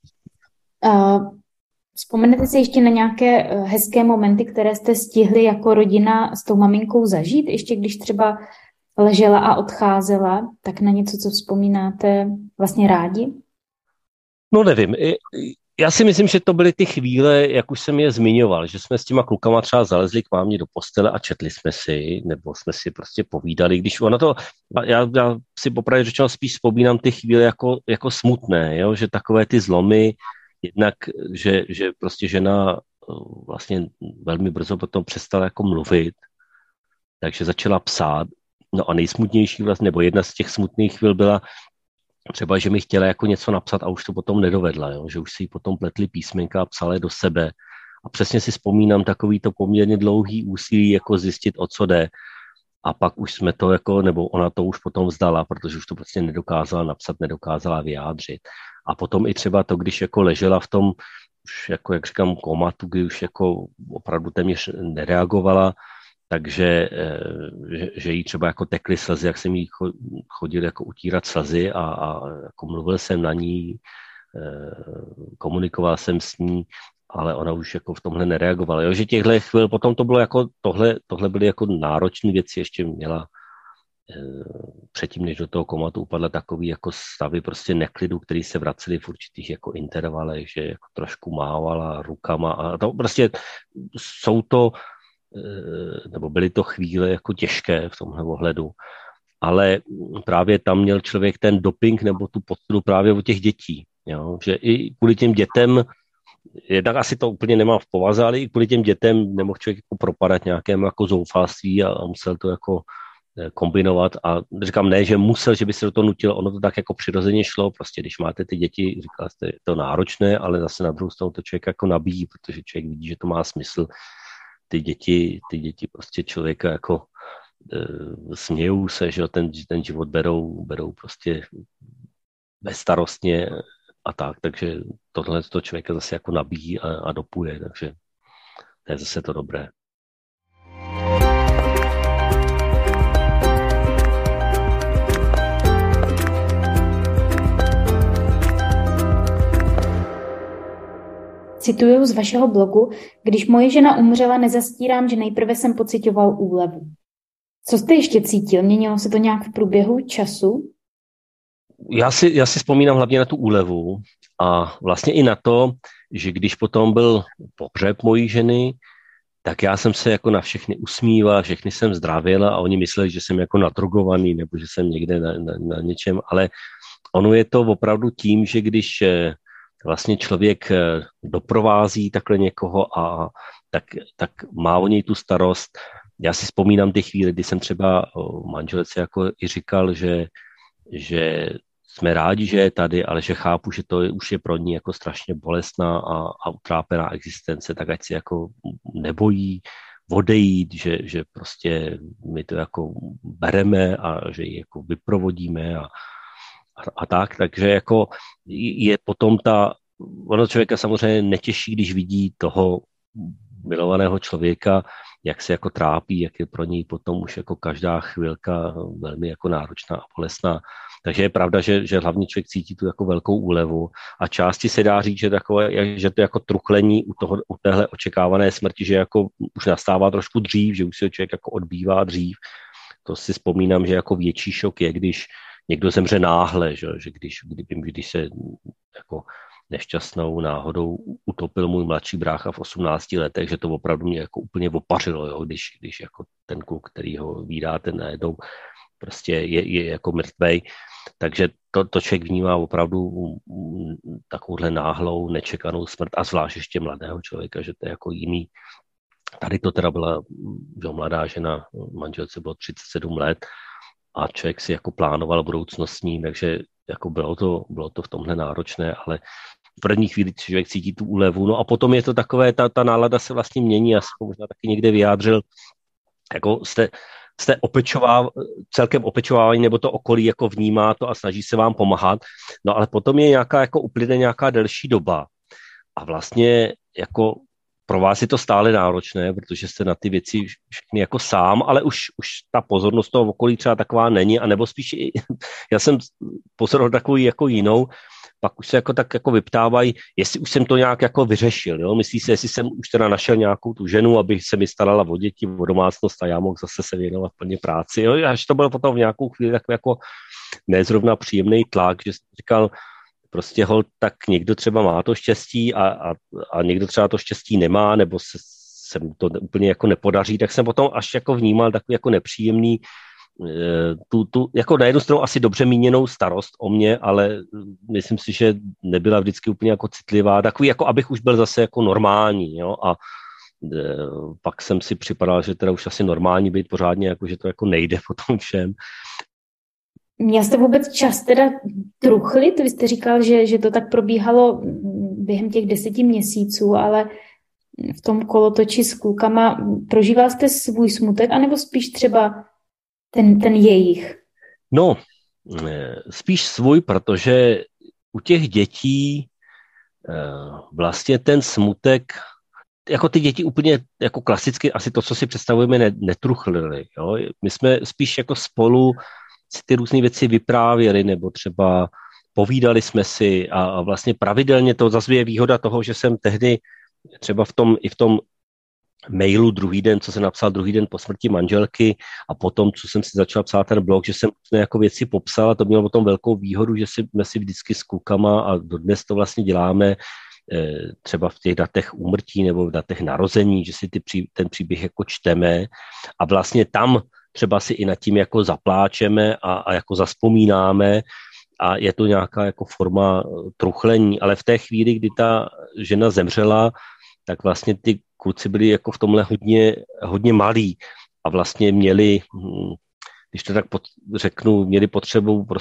Uh... Vzpomenete si ještě na nějaké hezké momenty, které jste stihli jako rodina s tou maminkou zažít, ještě když třeba ležela a odcházela, tak na něco, co vzpomínáte vlastně rádi? No nevím, já si myslím, že to byly ty chvíle, jak už jsem je zmiňoval, že jsme s těma klukama třeba zalezli k mámě do postele a četli jsme si, nebo jsme si prostě povídali, když ono to, já, já si popravdě řečeno spíš vzpomínám ty chvíle jako, jako smutné, jo? Že takové ty zlomy, jednak, že, že prostě žena vlastně velmi brzo potom přestala jako mluvit, takže začala psát. No a nejsmutnější vlastně, nebo jedna z těch smutných chvíl byla třeba, že mi chtěla jako něco napsat a už to potom nedovedla, jo? Že už si jí potom pletli písmenka a psala je do sebe. A přesně si vzpomínám takový to poměrně dlouhý úsilí, jako zjistit, o co jde. A pak už jsme to jako, nebo ona to už potom vzdala, protože už to prostě nedokázala napsat, nedokázala vyjádřit. A potom i třeba to, když jako ležela v tom, už jako, jak říkám, komatu, kdy už jako opravdu téměř nereagovala, takže že, že jí třeba jako tekly slzy, jak jsem jí chodil jako utírat slzy a, a jako mluvil jsem na ní, komunikoval jsem s ní, ale ona už jako v tomhle nereagovala. Jo, že těchto chvíl, potom to bylo jako, tohle, tohle byly jako náročné věci, ještě měla předtím, než do toho komatu upadla takový jako stavy prostě neklidu, který se vracely v určitých jako intervalech, že jako trošku mávala rukama a to prostě jsou to, nebo byly to chvíle jako těžké v tomhle ohledu, ale právě tam měl člověk ten doping nebo tu podporu právě od těch dětí, jo? Že i kvůli těm dětem, jednak asi to úplně nemá v povaze, ale i kvůli těm dětem nemohl člověk jako propadat nějakému jako zoufalství a, a musel to jako kombinovat a říkám ne, že musel, že by se do toho nutilo, ono to tak jako přirozeně šlo, prostě když máte ty děti, říkala jste, je to náročné, ale zase na druhou stranu to člověk jako nabíjí, protože člověk vidí, že to má smysl, ty děti, ty děti prostě člověka jako e, smějou se, že ten, ten život berou, berou prostě bezstarostně a tak, takže tohle to člověka zase jako nabíjí a, a dopuje, takže to je zase to dobré. Cituju z vašeho blogu: když moje žena umřela, nezastírám, že nejprve jsem pociťoval úlevu. Co jste ještě cítil? Měnilo se to nějak v průběhu času? Já si, já si vzpomínám hlavně na tu úlevu a vlastně i na to, že když potom byl pohřeb mojí ženy, tak já jsem se jako na všechny usmíval, všechny jsem zdravila a oni mysleli, že jsem jako nadrogovaný nebo že jsem někde na, na, na něčem, ale ono je to opravdu tím, že když vlastně člověk doprovází takhle někoho a tak, tak má o něj tu starost. Já si vzpomínám ty chvíle, kdy jsem třeba manželce jako i říkal, že, že jsme rádi, že je tady, ale že chápu, že to je, už je pro ní jako strašně bolestná a, a utrápená existence, tak ať si jako nebojí odejít, že, že prostě my to jako bereme a že ji jako vyprovodíme a, a, a tak, takže jako je potom ta, ono člověka samozřejmě netěší, když vidí toho milovaného člověka, jak se jako trápí, jak je pro něj potom už jako každá chvilka velmi jako náročná a bolestná. Takže je pravda, že, že hlavně člověk cítí tu jako velkou úlevu a části se dá říct, že, takové, že to jako truchlení u, toho, u téhle očekávané smrti, že jako už nastává trošku dřív, že už se člověk jako odbývá dřív. To si vzpomínám, že jako větší šok je, když někdo zemře náhle, že, že když, když, když se jako nešťastnou náhodou utopil můj mladší brácha v osmnácti letech, že to opravdu mě jako úplně opařilo, jo, když, když jako ten kluk, který ho vídáte najednou, prostě je, je jako mrtvej. Takže to, to člověk vnímá opravdu takovouhle náhlou, nečekanou smrt a zvlášť ještě mladého člověka, že to je jako jiný. Tady to teda byla že mladá žena, manželce bylo třicet sedm let a člověk si jako plánoval budoucnost s ní, takže jako bylo to, bylo to v tomhle náročné, ale v první chvíli člověk cítí tu úlevu. No a potom je to takové, ta, ta nálada se vlastně mění, já jsem možná taky někde vyjádřil, jako jste, jste opečová, celkem opečovávaní, nebo to okolí jako vnímá to a snaží se vám pomáhat, no ale potom je nějaká, jako uplyne nějaká delší doba a vlastně jako pro vás je to stále náročné, protože jste na ty věci všechny jako sám, ale už, už ta pozornost toho okolí třeba taková není, anebo spíš i, já jsem pozoroval takovou jako jinou, pak už se jako tak jako vyptávají, jestli už jsem to nějak jako vyřešil, jo? Myslí se, jestli jsem už teda našel nějakou tu ženu, aby se mi starala o děti, o domácnost a já mohl zase se věnovat plně práci, jo? Až to bylo potom v nějakou chvíli takový jako nezrovna příjemný tlak, že jsem říkal, prostě hol, tak někdo třeba má to štěstí a, a, a někdo třeba to štěstí nemá, nebo se, se mu to úplně jako nepodaří, tak jsem potom až jako vnímal takový jako nepříjemný, tu, tu jako na jednu stranu asi dobře míněnou starost o mě, ale myslím si, že nebyla vždycky úplně jako citlivá, takový jako abych už byl zase jako normální, jo, a e, pak jsem si připadal, že teda už asi normální být pořádně, jako že to jako nejde po tom všem. Měl jste vůbec čas teda truchlit? Vy jste říkal, že, že to tak probíhalo během těch deseti měsíců, ale v tom kolotoči s klukama prožíval jste svůj smutek, anebo spíš třeba ten, ten jejich? No, spíš svůj, protože u těch dětí vlastně ten smutek, jako ty děti úplně jako klasicky asi to, co si představujeme, netruchlili. Jo? My jsme spíš jako spolu si ty různé věci vyprávěli, nebo třeba povídali jsme si a, a vlastně pravidelně to zase je výhoda toho, že jsem tehdy třeba v tom, i v tom mailu druhý den, co jsem napsal druhý den po smrti manželky a potom, co jsem si začal psát ten blog, že jsem jako věci popsal a to mělo potom velkou výhodu, že jsme si vždycky s klukama a dodnes to vlastně děláme třeba v těch datech úmrtí nebo v datech narození, že si ty, ten příběh jako čteme a vlastně tam třeba si i nad tím jako zapláčeme a, a jako zaspomínáme a je to nějaká jako forma truchlení, ale v té chvíli, kdy ta žena zemřela, tak vlastně ty kluci byli jako v tomhle hodně, hodně malí a vlastně měli, když to tak pod, řeknu, měli potřebu prostě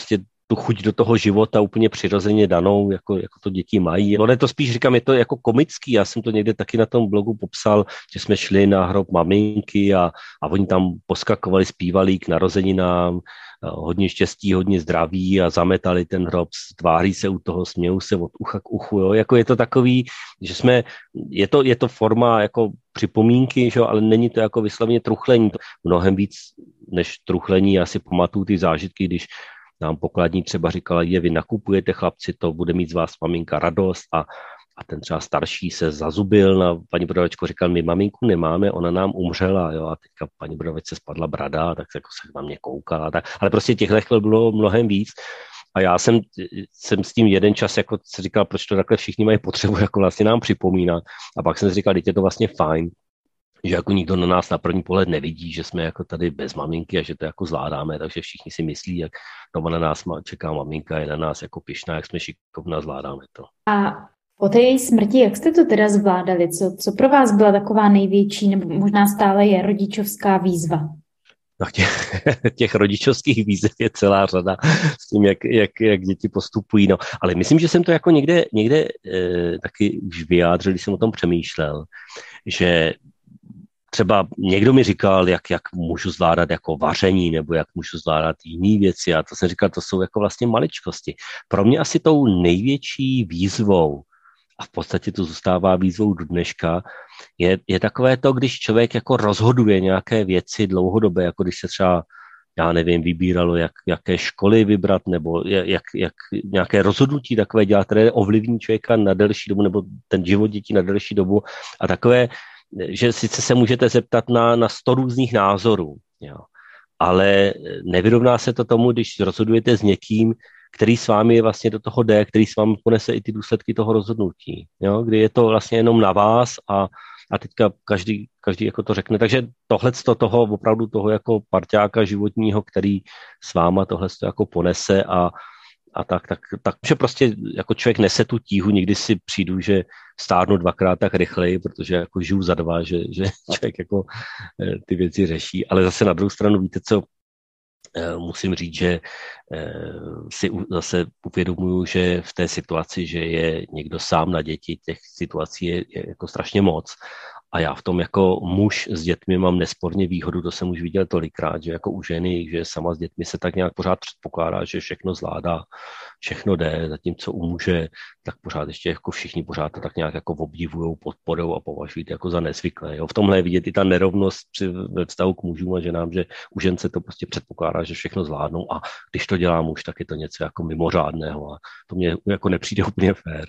tu chuť do toho života úplně přirozeně danou, jako, jako to děti mají. Ale to spíš říkám, je to jako komický, já jsem to někde taky na tom blogu popsal, že jsme šli na hrob maminky a, a oni tam poskakovali, zpívali k narozeninám, hodně štěstí, hodně zdraví a zametali ten hrob, tváří se u toho, smějou se od ucha k uchu, jo? Jako je to takový, že jsme, je to, je to forma jako připomínky, že? Ale není to jako vysloveně truchlení, mnohem víc než truchlení, já si pamatuju ty zážitky, když nám pokladní třeba říkala, je, vy nakupujete chlapci, to bude mít z vás maminka radost a, a ten třeba starší se zazubil na paní prodavačku, říkal, my maminku nemáme, ona nám umřela, jo, a teďka paní prodavačce spadla brada, tak se, jako se na mě koukala, tak, ale prostě těchto chvíl bylo mnohem víc a já jsem, jsem s tím jeden čas jako si říkal, proč to takhle všichni mají potřebu jako vlastně nám připomínat a pak jsem si říkal, teď je to vlastně fajn, že jako nikdo na nás na první pohled nevidí, že jsme jako tady bez maminky a že to jako zvládáme, takže všichni si myslí, jak doma na nás čeká maminka, je na nás jako pyšná, jak jsme šikovná, zvládáme to. A po té její smrti, jak jste to teda zvládali? Co, co pro vás byla taková největší, nebo možná stále je rodičovská výzva? No, těch, těch rodičovských výzev je celá řada s tím, jak, jak, jak děti postupují. No, ale myslím, že jsem to jako někde, někde eh, taky už vyjádřil, když jsem o tom přemýšlel, že třeba někdo mi říkal, jak, jak můžu zvládat jako vaření nebo jak můžu zvládat jiné věci a to jsem říkal, to jsou jako vlastně maličkosti. Pro mě asi tou největší výzvou a v podstatě to zůstává výzvou do dneška, je, je takové to, když člověk jako rozhoduje nějaké věci dlouhodobé, jako když se třeba, já nevím, vybíralo, jak, jaké školy vybrat nebo jak, jak nějaké rozhodnutí takové dělat, které ovlivní člověka na delší dobu nebo ten život dětí na delší dobu a takové, že sice se můžete zeptat na, na sto různých názorů, jo, ale nevyrovná se to tomu, když rozhodujete s někým, který s vámi vlastně do toho jde, který s vámi ponese i ty důsledky toho rozhodnutí, jo, kdy je to vlastně jenom na vás a, a teďka každý, každý jako to řekne. Takže tohleto toho, opravdu toho jako parťáka životního, který s váma tohleto jako ponese a A tak, tak, tak, že prostě jako člověk nese tu tíhu, někdy si přijdu, že stárnu dvakrát tak rychleji, protože jako žiju za dva, že, že člověk jako ty věci řeší, ale zase na druhou stranu víte co, musím říct, že si zase uvědomuju, že v té situaci, že je někdo sám na děti, těch situací je, je jako strašně moc. A já v tom jako muž s dětmi mám nesporně výhodu, to jsem už viděl tolikrát, že jako u ženy, že sama s dětmi se tak nějak pořád předpokládá, že všechno zvládá, všechno jde, zatímco u muže, tak pořád ještě jako všichni pořád to tak nějak jako obdivujou, podporou a považují to jako za nezvyklé. Jo. V tomhle je vidět i ta nerovnost při ve vztahu k mužům a ženám, že u žen se to prostě předpokládá, že všechno zvládnou a když to dělá muž, tak je to něco jako mimořádného a to mě jako nepřijde úplně fér.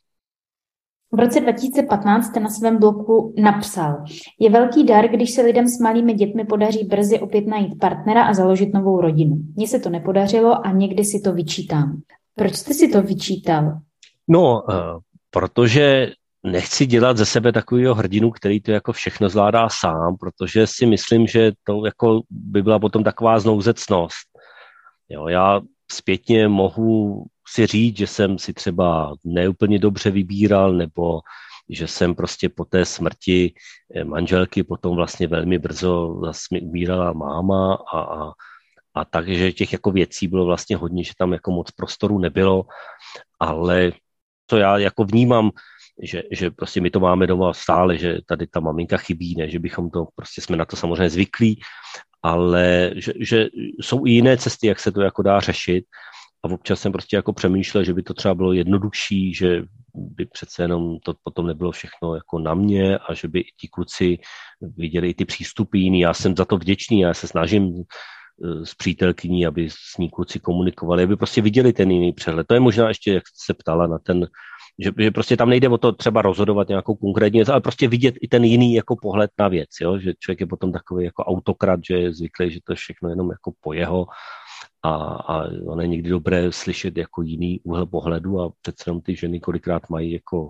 V roce dva tisíce patnáct jste na svém blogu napsal: je velký dar, když se lidem s malými dětmi podaří brzy opět najít partnera a založit novou rodinu. Mně se to nepodařilo a někdy si to vyčítám. Proč jste si to vyčítal? No, uh, protože nechci dělat ze sebe takovýho hrdinu, který to jako všechno zvládá sám, protože si myslím, že to jako by byla potom taková znouzecnost. Jo, já zpětně mohu si říct, že jsem si třeba neúplně dobře vybíral, nebo že jsem prostě po té smrti manželky potom vlastně velmi brzo zase mi umírala máma a, a, a takže těch jako věcí bylo vlastně hodně, že tam jako moc prostoru nebylo, ale to já jako vnímám, že, že prostě my to máme doma stále, že tady ta maminka chybí, ne, že bychom to, prostě jsme na to samozřejmě zvyklí, ale že, že jsou i jiné cesty, jak se to jako dá řešit. A občas jsem prostě jako přemýšlel, že by to třeba bylo jednodušší, že by přece jenom to potom nebylo všechno jako na mě a že by i ti kluci viděli i ty přístupy jiný. Já jsem za to vděčný, já se snažím s přítelkyní, aby s ní kluci komunikovali, aby prostě viděli ten jiný přehled. To je možná ještě, jak se ptala na ten, že, že prostě tam nejde o to třeba rozhodovat nějakou konkrétní věc, ale prostě vidět i ten jiný jako pohled na věc, jo? Že člověk je potom takový jako autokrat, že je zvyklý, že to je všechno jenom jako po jeho. A, a ono je někdy dobré slyšet jako jiný úhel pohledu a přece jenom ty ženy kolikrát mají jako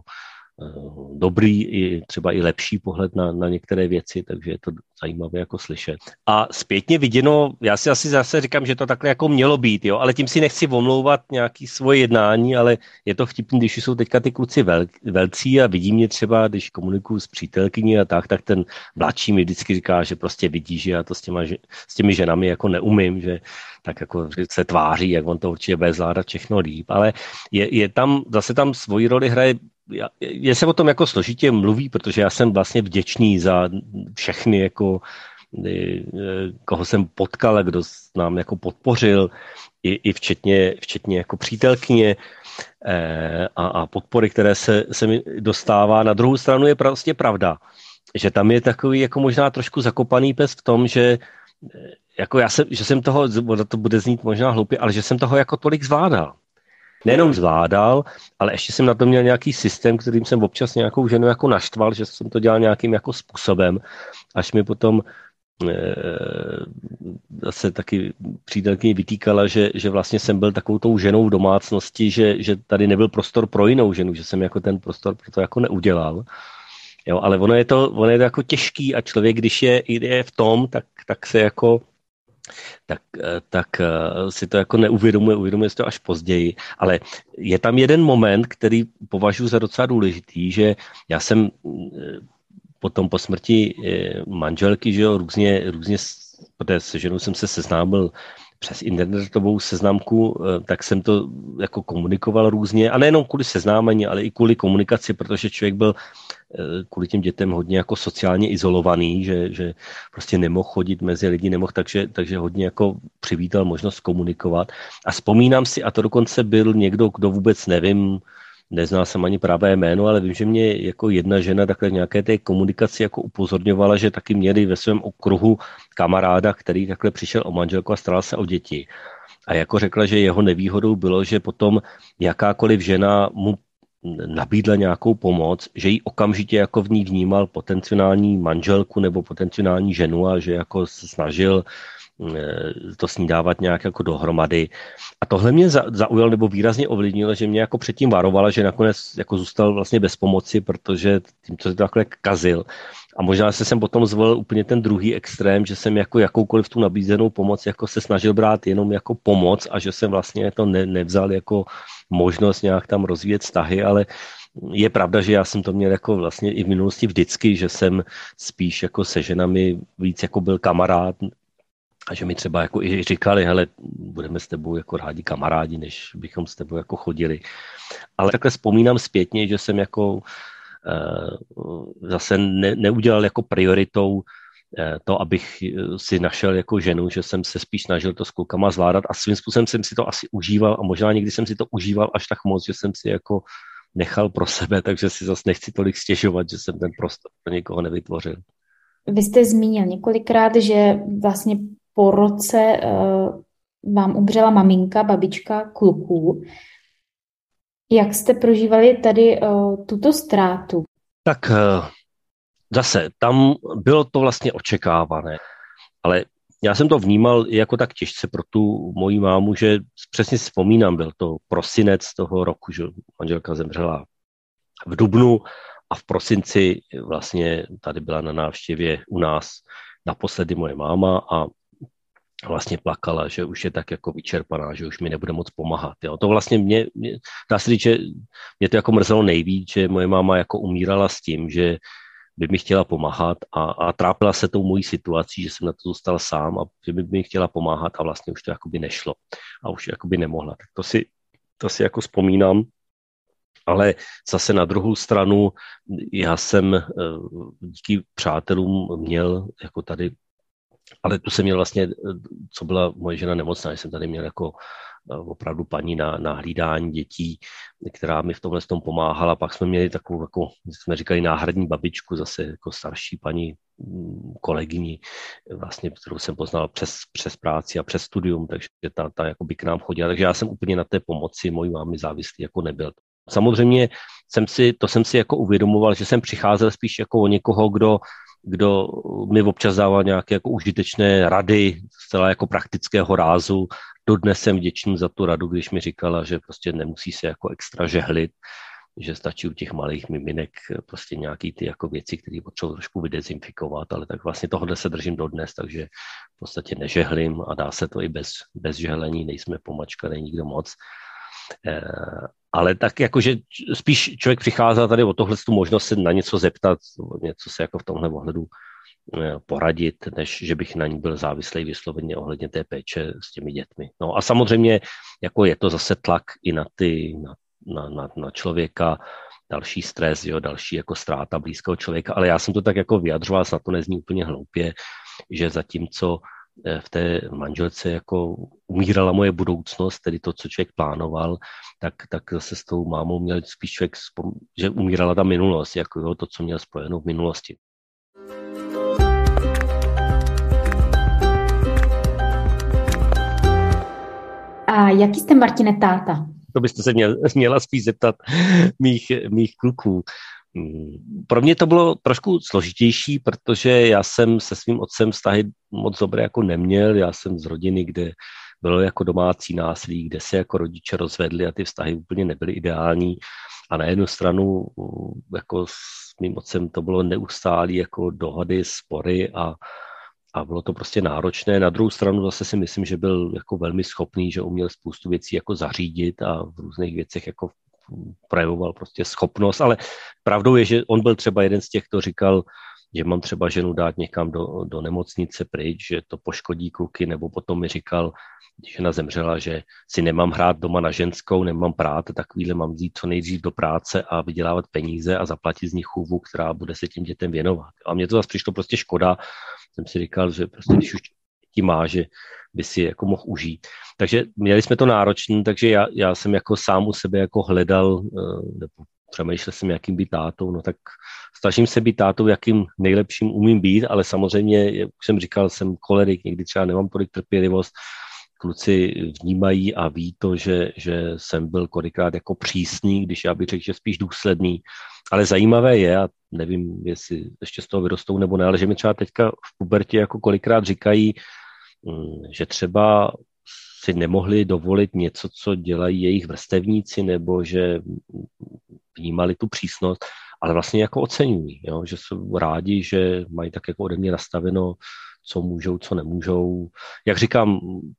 dobrý, i třeba i lepší pohled na, na některé věci, takže je to zajímavé jako slyšet. A zpětně viděno, já si asi zase říkám, že to takhle jako mělo být, jo, ale tím si nechci omlouvat nějaký svoje jednání, ale je to vtipný, když jsou teďka ty kluci vel, velcí a vidí mě třeba, když komunikuju s přítelkyní a tak, tak ten mladší mi vždycky říká, že prostě vidí, že já to s, těma, s těmi ženami jako neumím, že tak jako se tváří, jak on to určitě bude zvládat všechno líp, ale je, je tam, zase tam svoji roli hraje. Je se o tom jako složitě mluví, protože já jsem vlastně vděčný za všechny, jako, koho jsem potkal a kdo nám jako podpořil, i, i včetně, včetně jako přítelkyně a, a podpory, které se, se mi dostává. Na druhou stranu je prostě pravda, že tam je takový jako možná trošku zakopaný pes v tom, že jako já jsem, že jsem toho, to bude znít možná hloupě, ale že jsem toho jako tolik zvládal. Nejenom zvládal, ale ještě jsem na to měl nějaký systém, kterým jsem občas nějakou ženu jako naštval, že jsem to dělal nějakým jako způsobem, až mi potom e, zase taky přítelkyně vytýkala, že, že vlastně jsem byl takovou tou ženou v domácnosti, že, že tady nebyl prostor pro jinou ženu, že jsem jako ten prostor pro to jako neudělal. Jo, ale ono je to, ono je to jako těžký a člověk, když je, je v tom, tak, tak se jako Tak, tak si to jako neuvědomuje, uvědomuje si to až později. Ale je tam jeden moment, který považuji za docela důležitý, že já jsem potom po smrti manželky, že jo, různě, různě, protože se ženou jsem se seznámil přes internetovou seznamku, tak jsem to jako komunikoval různě, a nejenom kvůli seznámení, ale i kvůli komunikaci, protože člověk byl kvůli těm dětem hodně jako sociálně izolovaný, že, že prostě nemohl chodit mezi lidi, nemohl, takže, takže hodně jako přivítal možnost komunikovat. A vzpomínám si, a to dokonce byl někdo, kdo vůbec nevím, neznal jsem ani pravé jméno, ale vím, že mě jako jedna žena takhle v nějaké té komunikaci jako upozorňovala, že taky měli ve svém okruhu kamaráda, který takhle přišel o manželku a staral se o děti. A jako řekla, že jeho nevýhodou bylo, že potom jakákoliv žena mu nabídla nějakou pomoc, že ji okamžitě jako v ní vnímal potenciální manželku nebo potenciální ženu a že jako se snažil to s ní dávat nějak jako dohromady. A tohle mě zaujalo nebo výrazně ovlivnilo, že mě jako předtím varovala, že nakonec jako zůstal vlastně bez pomoci, protože tím, co se to takhle kazil. A možná se jsem potom zvolil úplně ten druhý extrém, že jsem jako jakoukoliv tu nabízenou pomoc jako se snažil brát jenom jako pomoc a že jsem vlastně to ne, nevzal jako možnost nějak tam rozvíjet vztahy, ale je pravda, že já jsem to měl jako vlastně i v minulosti vždycky, že jsem spíš jako se ženami víc jako byl kamarád a že mi třeba jako i říkali, hele, budeme s tebou jako rádi kamarádi, než bychom s tebou jako chodili. Ale takhle vzpomínám zpětně, že jsem jako uh, zase ne, neudělal jako prioritou to, abych si našel jako ženu, že jsem se spíš snažil to s klukama zvládat a svým způsobem jsem si to asi užíval a možná někdy jsem si to užíval až tak moc, že jsem si jako nechal pro sebe, takže si zase nechci tolik stěžovat, že jsem ten prostor pro někoho nevytvořil. Vy jste zmínil několikrát, že vlastně po roce uh, vám umřela maminka, babička kluků. Jak jste prožívali tady uh, tuto ztrátu? Tak uh, zase, tam bylo to vlastně očekávané, ale já jsem to vnímal jako tak těžce pro tu moji mámu, že přesně si vzpomínám, byl to prosinec toho roku, že manželka zemřela v dubnu a v prosinci vlastně tady byla na návštěvě u nás naposledy moje máma a vlastně plakala, že už je tak jako vyčerpaná, že už mi nebude moc pomáhat. Jo. To vlastně mě, mě, dá se říct, že mě to jako mrzelo nejvíc, že moje máma jako umírala s tím, že by mi chtěla pomáhat a, a trápila se tou mojí situací, že jsem na to zůstal sám a že by mi chtěla pomáhat a vlastně už to jakoby nešlo a už jakoby nemohla. Tak to si, to si jako vzpomínám, ale zase na druhou stranu já jsem díky přátelům měl jako tady, ale tu jsem měl vlastně, co byla moje žena nemocná, jsem tady měl jako opravdu paní na, na hlídání dětí, která mi v tomhle tom pomáhala. Pak jsme měli takovou, jako jsme říkali, náhradní babičku, zase jako starší paní kolegyni, vlastně, kterou jsem poznal přes, přes práci a přes studium, takže ta, ta jakoby k nám chodila. Takže já jsem úplně na té pomoci mojí mámy závislý jako nebyl. Samozřejmě jsem si, to jsem si jako uvědomoval, že jsem přicházel spíš jako o někoho, kdo kdo mi občas dával nějaké jako užitečné rady, zcela jako praktického rázu. Dodnes jsem vděčný za tu radu, když mi říkala, že prostě nemusí se jako extra žehlit, že stačí u těch malých miminek prostě nějaký ty jako věci, které potřebuji trošku vydezinfikovat, ale tak vlastně tohohle se držím dodnes, takže v podstatě nežehlím a dá se to i bez, bez žehlení, nejsme pomačkaný nikdo moc. Eh, ale tak jakože spíš člověk přicházel tady o tohle tu možnost se na něco zeptat, něco se jako v tomhle ohledu poradit, než že bych na ní byl závislý vysloveně ohledně té péče s těmi dětmi. No a samozřejmě jako je to zase tlak i na ty, na, na, na, na člověka, další stres, jo, další jako ztráta blízkého člověka, ale já jsem to tak jako vyjadřoval, snad to nezní úplně hloupě, že zatímco v té manželce jako umírala moje budoucnost, tedy to, co člověk plánoval, tak, tak se s tou mámou měl spíš člověk, že umírala ta minulost, jako jo, to, co měl spojeno v minulosti. A jaký jste, Martine, táta? To byste se měl, měla spíš zeptat mých, mých kluků. Pro mě to bylo trošku složitější, protože já jsem se svým otcem vztahy moc dobré jako neměl. Já jsem z rodiny, kde bylo jako domácí násilí, kde se jako rodiče rozvedli a ty vztahy úplně nebyly ideální. A na jednu stranu jako s mým otcem to bylo neustálý jako dohady, spory a A bylo to prostě náročné. Na druhou stranu zase si myslím, že byl jako velmi schopný, že uměl spoustu věcí jako zařídit a v různých věcech jako projevoval prostě schopnost, ale pravdou je, že on byl třeba jeden z těch, kdo říkal, že mám třeba ženu dát někam do, do nemocnice pryč, že to poškodí kluky, nebo potom mi říkal, když žena zemřela, že si nemám hrát doma na ženskou, nemám prát, takovýhle mám jít co nejdřív do práce a vydělávat peníze a zaplatit z nich chůvu, která bude se těm dětem věnovat. A mně to zase přišlo prostě škoda, jsem si říkal, že prostě když už ti má, že by si jako mohl užít. Takže měli jsme to náročné, takže já, já jsem jako sám u sebe jako hledal, nebo přemýšlel jsem, jakým být tátou, no tak snažím se být tátou, jakým nejlepším umím být, ale samozřejmě, jak jsem říkal, jsem cholerik, někdy třeba nemám tolik trpělivost, kluci vnímají a ví to, že, že jsem byl kolikrát jako přísný, když já bych řekl, že spíš důsledný. Ale zajímavé je, a nevím, jestli ještě z toho vyrostou nebo ne, ale že mi třeba teďka v pubertě jako kolikrát říkají, že třeba si nemohli dovolit něco, co dělají jejich vrstevníci, nebo že vnímali tu přísnost, ale vlastně jako oceňují, jo? Že jsou rádi, že mají tak jako ode mě nastaveno, co můžou, co nemůžou. Jak říkám,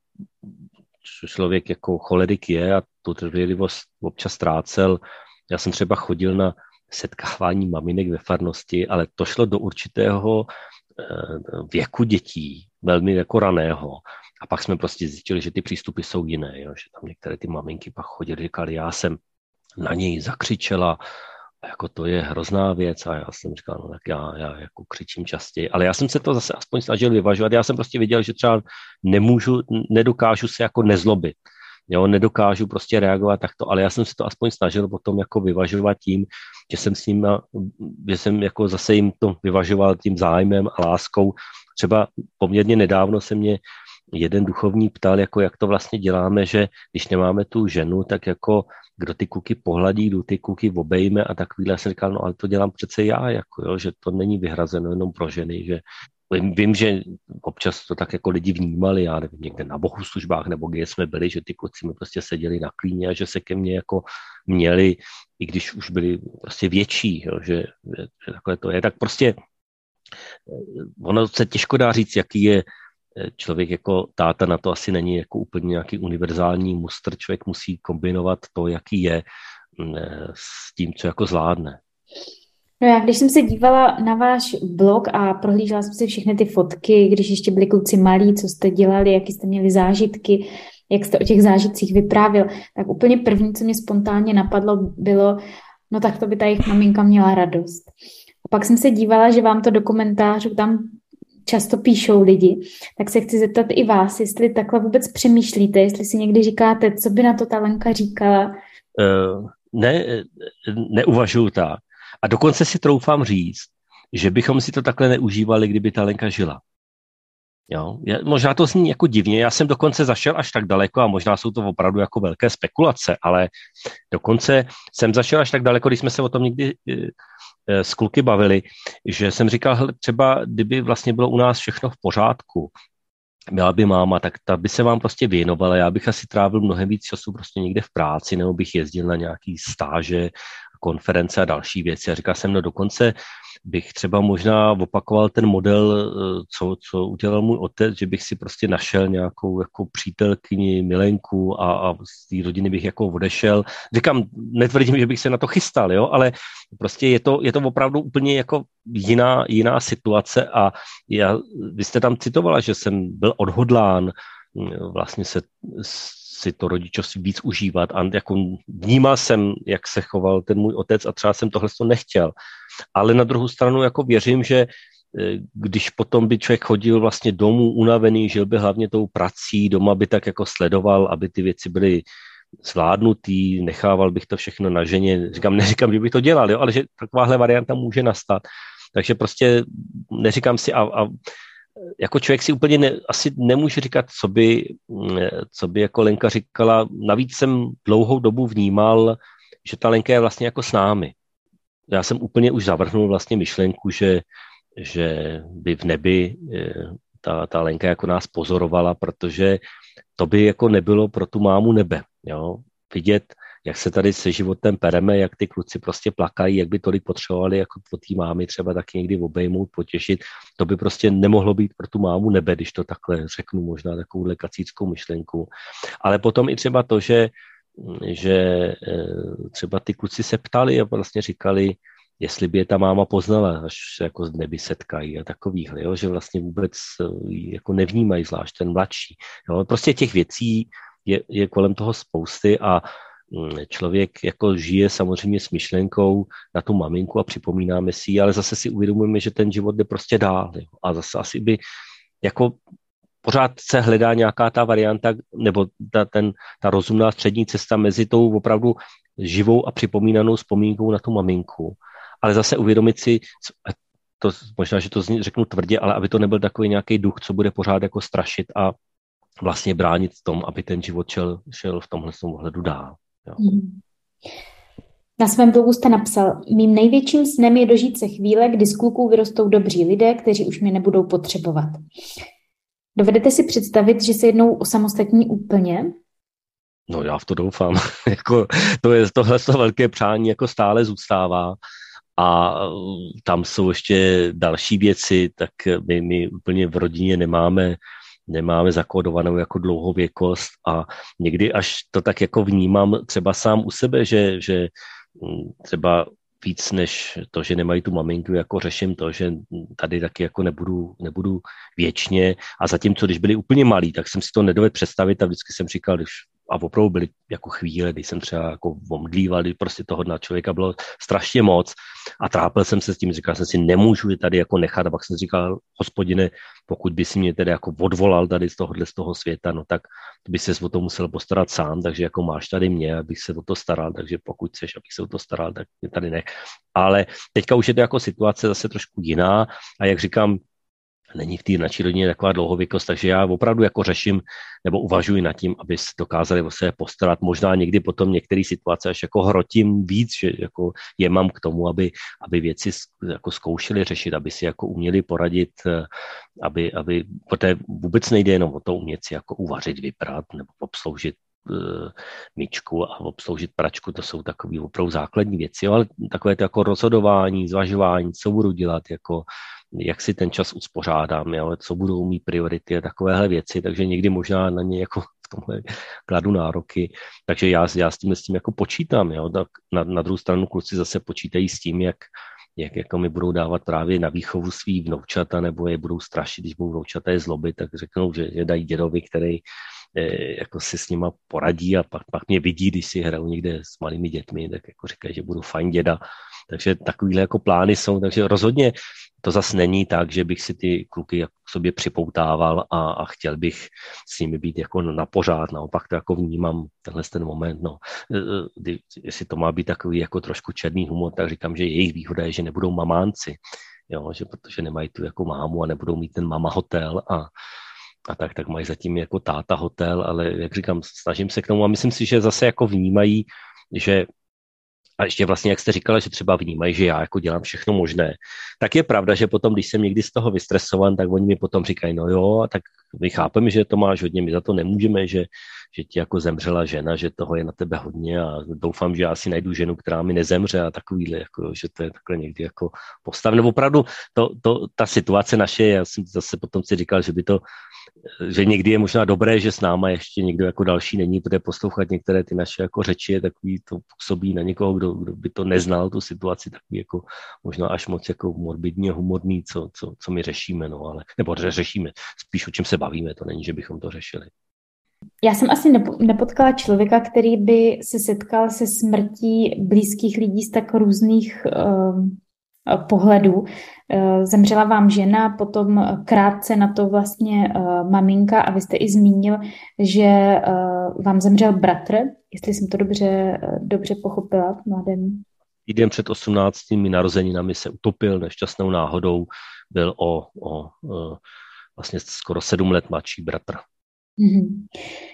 člověk jako cholerik je a tu trpělivost občas ztrácel. Já jsem třeba chodil na setkávání maminek ve farnosti, ale to šlo do určitého věku dětí, velmi jako raného. A pak jsme prostě zjistili, že ty přístupy jsou jiné, jo? Že tam některé ty maminky pak chodily, říkali, já jsem na něj zakřičela, jako to je hrozná věc a já jsem říkal, no tak já, já jako křičím častěji, ale já jsem se to zase aspoň snažil vyvažovat, já jsem prostě viděl, že třeba nemůžu, nedokážu se jako nezlobit, jo, nedokážu prostě reagovat takto, ale já jsem se to aspoň snažil potom jako vyvažovat tím, že jsem s ním, že jsem jako zase jim to vyvažoval tím zájmem a láskou. Třeba poměrně nedávno se mě jeden duchovní ptal, jako jak to vlastně děláme, že když nemáme tu ženu, tak jako kdo ty kuky pohladí, kdo ty kuky obejme a takovýhle. Já jsem říkal, no ale to dělám přece já, jako jo, že to není vyhrazeno jenom pro ženy, že vím, vím, že občas to tak jako lidi vnímali, já nevím, někde na bohoslužbách nebo kde jsme byli, že ty kluci mi prostě seděli na klíně a že se ke mně jako měli, i když už byli prostě větší, jo, že, že takhle to je, tak prostě ono se těžko dá říct, jaký je člověk jako táta, na to asi není jako úplně nějaký univerzální mustr, člověk musí kombinovat to, jaký je, s tím, co jako zvládne. No já, když jsem se dívala na váš blog a prohlížela jsem si všechny ty fotky, když ještě byli kluci malí, co jste dělali, jaký jste měli zážitky, jak jste o těch zážitcích vyprávěl, tak úplně první, co mě spontánně napadlo, bylo, no tak to by ta jejich maminka měla radost. A pak jsem se dívala, že vám to do komentářů tam často píšou lidi, tak se chci zeptat i vás, jestli takhle vůbec přemýšlíte, jestli si někdy říkáte, co by na to ta Lenka říkala. Uh, ne, neuvažuju tak. A dokonce si troufám říct, že bychom si to takhle neužívali, kdyby ta Lenka žila. Jo? Já, možná to zní jako divně, já jsem dokonce zašel až tak daleko a možná jsou to opravdu jako velké spekulace, ale dokonce jsem zašel až tak daleko, když jsme se o tom někdy e, s kluky bavili, že jsem říkal, hele, třeba kdyby vlastně bylo u nás všechno v pořádku, byla by máma, tak ta by se vám prostě věnovala, já bych asi trávil mnohem víc času prostě někde v práci, nebo bych jezdil na nějaký stáže, konference a další věci. A říkal jsem, no dokonce bych třeba možná opakoval ten model, co, co udělal můj otec, že bych si prostě našel nějakou jako přítelkyni, milenku a, a z té rodiny bych jako odešel. Říkám, netvrdím, že bych se na to chystal, jo, ale prostě je to, je to opravdu úplně jako jiná, jiná situace a já, vy jste tam citovala, že jsem byl odhodlán vlastně se si to rodičovství víc užívat a jako vnímal jsem, jak se choval ten můj otec a třeba jsem tohle to nechtěl. Ale na druhou stranu jako věřím, že když potom by člověk chodil vlastně domů unavený, žil by hlavně tou prací, doma by tak jako sledoval, aby ty věci byly zvládnutý, nechával bych to všechno na ženě. Říkám, neříkám, že bych to dělal, jo, ale že takováhle varianta může nastat. Takže prostě neříkám si a, a jako člověk si úplně ne, asi nemůže říkat, co by, co by jako Lenka říkala. Navíc jsem dlouhou dobu vnímal, že ta Lenka je vlastně jako s námi. Já jsem úplně už zavrhnul vlastně myšlenku, že, že by v nebi ta, ta Lenka jako nás pozorovala, protože to by jako nebylo pro tu mámu nebe. Jo? Vidět, jak se tady se životem pereme, jak ty kluci prostě plakají, jak by tolik potřebovali jako od té mámy třeba taky někdy obejmout, potěšit. To by prostě nemohlo být pro tu mámu nebe, když to takhle řeknu, možná takovouhle kacíckou myšlenku. Ale potom i třeba to, že, že třeba ty kluci se ptali a vlastně říkali, jestli by je ta máma poznala, až se jako z nebi setkají a takovýhle, jo? Že vlastně vůbec jako nevnímají, zvlášť ten mladší. Jo? Prostě těch věcí je, je kolem toho spousty a člověk jako žije samozřejmě s myšlenkou na tu maminku a připomínáme si ji, ale zase si uvědomujeme, že ten život jde prostě dál. Jo? A zase asi by jako pořád se hledá nějaká ta varianta, nebo ta, ten, ta rozumná střední cesta mezi tou opravdu živou a připomínanou vzpomínkou na tu maminku. Ale zase uvědomit si, to, možná, že to řeknu tvrdě, ale aby to nebyl takový nějaký duch, co bude pořád jako strašit a vlastně bránit v tom, aby ten život šel, šel v tomhle ohledu dál. Jo. Na svém blogu jste napsal, mým největším snem je dožít se chvíle, kdy z kluků vyrostou dobří lidé, kteří už mě nebudou potřebovat. Dovedete si představit, že se jednou osamostatní úplně? No já v to doufám. jako, to je tohle to velké přání jako stále zůstává. A tam jsou ještě další věci, tak my, my úplně v rodině nemáme nemáme zakódovanou jako dlouhověkost a někdy až to tak jako vnímám třeba sám u sebe, že, že třeba víc než to, že nemají tu maminku, jako řeším to, že tady taky jako nebudu, nebudu věčně a zatímco, když byli úplně malí, tak jsem si to nedovedl představit a vždycky jsem říkal, když a opravdu byly jako chvíle, kdy jsem třeba jako omdlíval, kdy prostě toho na člověka bylo strašně moc a trápil jsem se s tím, říkal jsem si, nemůžu je tady jako nechat a pak jsem říkal, Hospodine, pokud by si mě tedy jako odvolal tady z tohohle z toho světa, no tak by ses o to musel postarat sám, takže jako máš tady mě, abych se o to staral, takže pokud chceš, abych se o to staral, tak mě tady nech. Ale teďka už je to jako situace zase trošku jiná a jak říkám, není v té naší rodině taková dlouhověkost, takže já opravdu jako řeším nebo uvažuji nad tím, aby se dokázali o sebe postarat. Možná někdy potom některé situace až jako hrotím víc, že jako je mám k tomu, aby, aby věci jako zkoušeli řešit, aby si jako uměli poradit, aby, aby, protože vůbec nejde jenom o to umět si jako uvařit, vyprat nebo obsloužit uh, myčku a obsloužit pračku, to jsou takové opravdu základní věci, ale takové to jako rozhodování, zvažování, co budu dělat, jako jak si ten čas uspořádám, jo, co budou mít priority a takovéhle věci, takže někdy možná na ně jako v tomhle kladu nároky, takže já, já s tím, s tím jako počítám, jo, tak na, na druhou stranu kluci zase počítají s tím, jak, jak jako mi budou dávat právě na výchovu svý vnoučata, nebo je budou strašit, když budou vnoučata je zlobit, tak řeknou, že, že dají dědovi, který eh, jako si s nima poradí a pak, pak mě vidí, když si hraju někde s malými dětmi, tak jako říkají, že budu fajn děda, takže takovýhle jako plány jsou, takže rozhodně to zase není tak, že bych si ty kluky k sobě připoutával a, a chtěl bych s nimi být jako na pořád, naopak to jako vnímám tenhle ten moment, no. Jestli to má být takový jako trošku černý humor, tak říkám, že jejich výhoda je, že nebudou mamánci, jo, že protože nemají tu jako mámu a nebudou mít ten mama hotel a, a tak, tak mají zatím jako táta hotel, ale jak říkám, snažím se k tomu a myslím si, že zase jako vnímají, že a ještě vlastně, jak jste říkala, že třeba vnímají, že já jako dělám všechno možné, tak je pravda, že potom, když jsem někdy z toho vystresovan, tak oni mi potom říkají, no jo, tak my chápeme, že to máš hodně, my za to nemůžeme, že, že ti jako zemřela žena, že toho je na tebe hodně a doufám, že já si najdu ženu, která mi nezemře a takovýhle, jako, že to je takhle někdy jako postav. Nebo opravdu to, to, ta situace naše, já jsem zase potom si říkal, že by to, že někdy je možná dobré, že s náma ještě někdo jako další není, protože poslouchat některé ty naše jako řeči je takový, to působí na někoho, kdo, kdo by to neznal, tu situaci, takový jako možná až moc jako morbidně humorný, co, co, co my řešíme, no, ale, nebo řešíme, spíš o čem se bavíme, to není, že bychom to řešili. Já jsem asi nepotkala člověka, který by se setkal se smrtí blízkých lidí z tak různých uh, pohledů. Uh, zemřela vám žena, potom krátce na to vlastně uh, maminka a vy jste i zmínil, že uh, vám zemřel bratr, jestli jsem to dobře, uh, dobře pochopila v mladém. Týden před osmnáctými narozeninami se utopil nešťastnou náhodou, byl o, o, o vlastně skoro sedm let mladší bratr. Mm-hmm.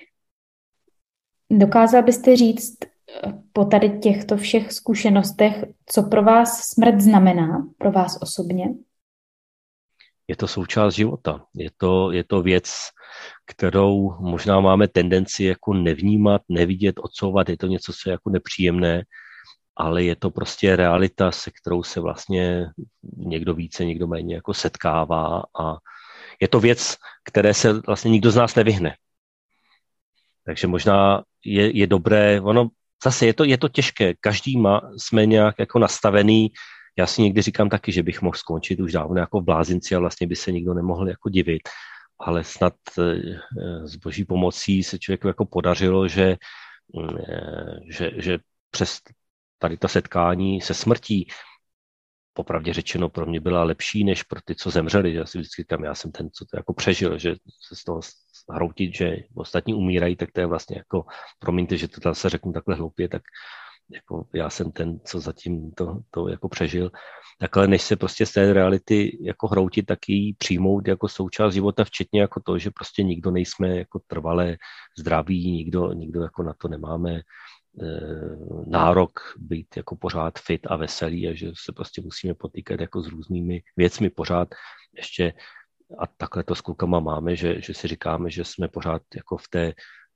Dokázal byste říct po tady těchto všech zkušenostech, co pro vás smrt znamená, pro vás osobně? Je to součást života. Je to, je to věc, kterou možná máme tendenci jako nevnímat, nevidět, odsouvat. Je to něco, co je jako nepříjemné, ale je to prostě realita, se kterou se vlastně někdo více, někdo méně jako setkává a je to věc, které se vlastně nikdo z nás nevyhne. Takže možná je, je dobré, ono zase je to, je to těžké, každý má, jsme nějak jako nastavený, já si někdy říkám taky, že bych mohl skončit už dávno jako v blázinci a vlastně by se nikdo nemohl jako divit, ale snad s boží pomocí se člověku jako podařilo, že, že, že přes tady ta setkání se smrtí popravdě řečeno pro mě byla lepší, než pro ty, co zemřeli. Já si vždycky říkám, já jsem ten, co to jako přežil, že se z toho hroutit, že ostatní umírají, tak to je vlastně jako, promiňte, že to zase řeknu takhle hloupě, tak jako já jsem ten, co zatím to, to jako přežil. Takhle než se prostě z té reality jako hroutit, tak ji přijmout jako součást života, včetně jako to, že prostě nikdo nejsme jako trvalé zdraví, nikdo, nikdo jako na to nemáme nárok být jako pořád fit a veselý a že se prostě musíme potýkat jako s různými věcmi pořád ještě a takhle to s klukama máme, že, že si říkáme, že jsme pořád jako v té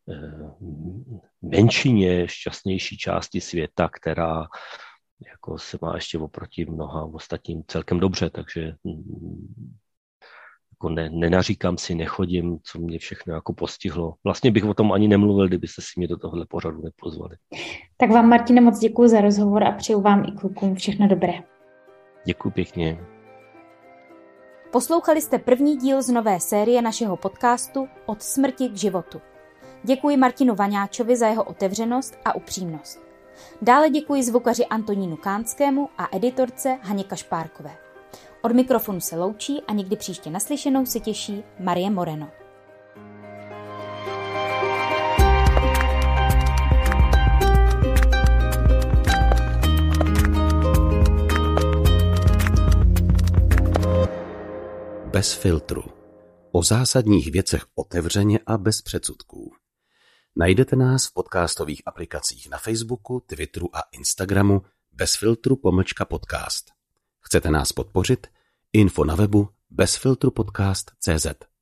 menšině šťastnější části světa, která jako se má ještě oproti mnoha ostatním celkem dobře, takže jako ne, nenaříkám si, nechodím, co mě všechno jako postihlo. Vlastně bych o tom ani nemluvil, kdybyste si mě do tohohle pořadu nepozvali. Tak vám, Martine, moc děkuji za rozhovor a přeju vám i klukům všechno dobré. Děkuji pěkně. Poslouchali jste první díl z nové série našeho podcastu Od smrti k životu. Děkuji Martinu Vaňáčovi za jeho otevřenost a upřímnost. Dále děkuji zvukaři Antonínu Kánskému a editorce Haně Kašpárkové. Od mikrofonu se loučí a někdy příště naslyšenou se těší Marie Moreno. Bez filtru. O zásadních věcech otevřeně a bez předsudků. Najdete nás v podcastových aplikacích na Facebooku, Twitteru a Instagramu bez filtru pomlčka podcast. Chcete nás podpořit? Info na webu bezfiltrupodcast tečka cé zet.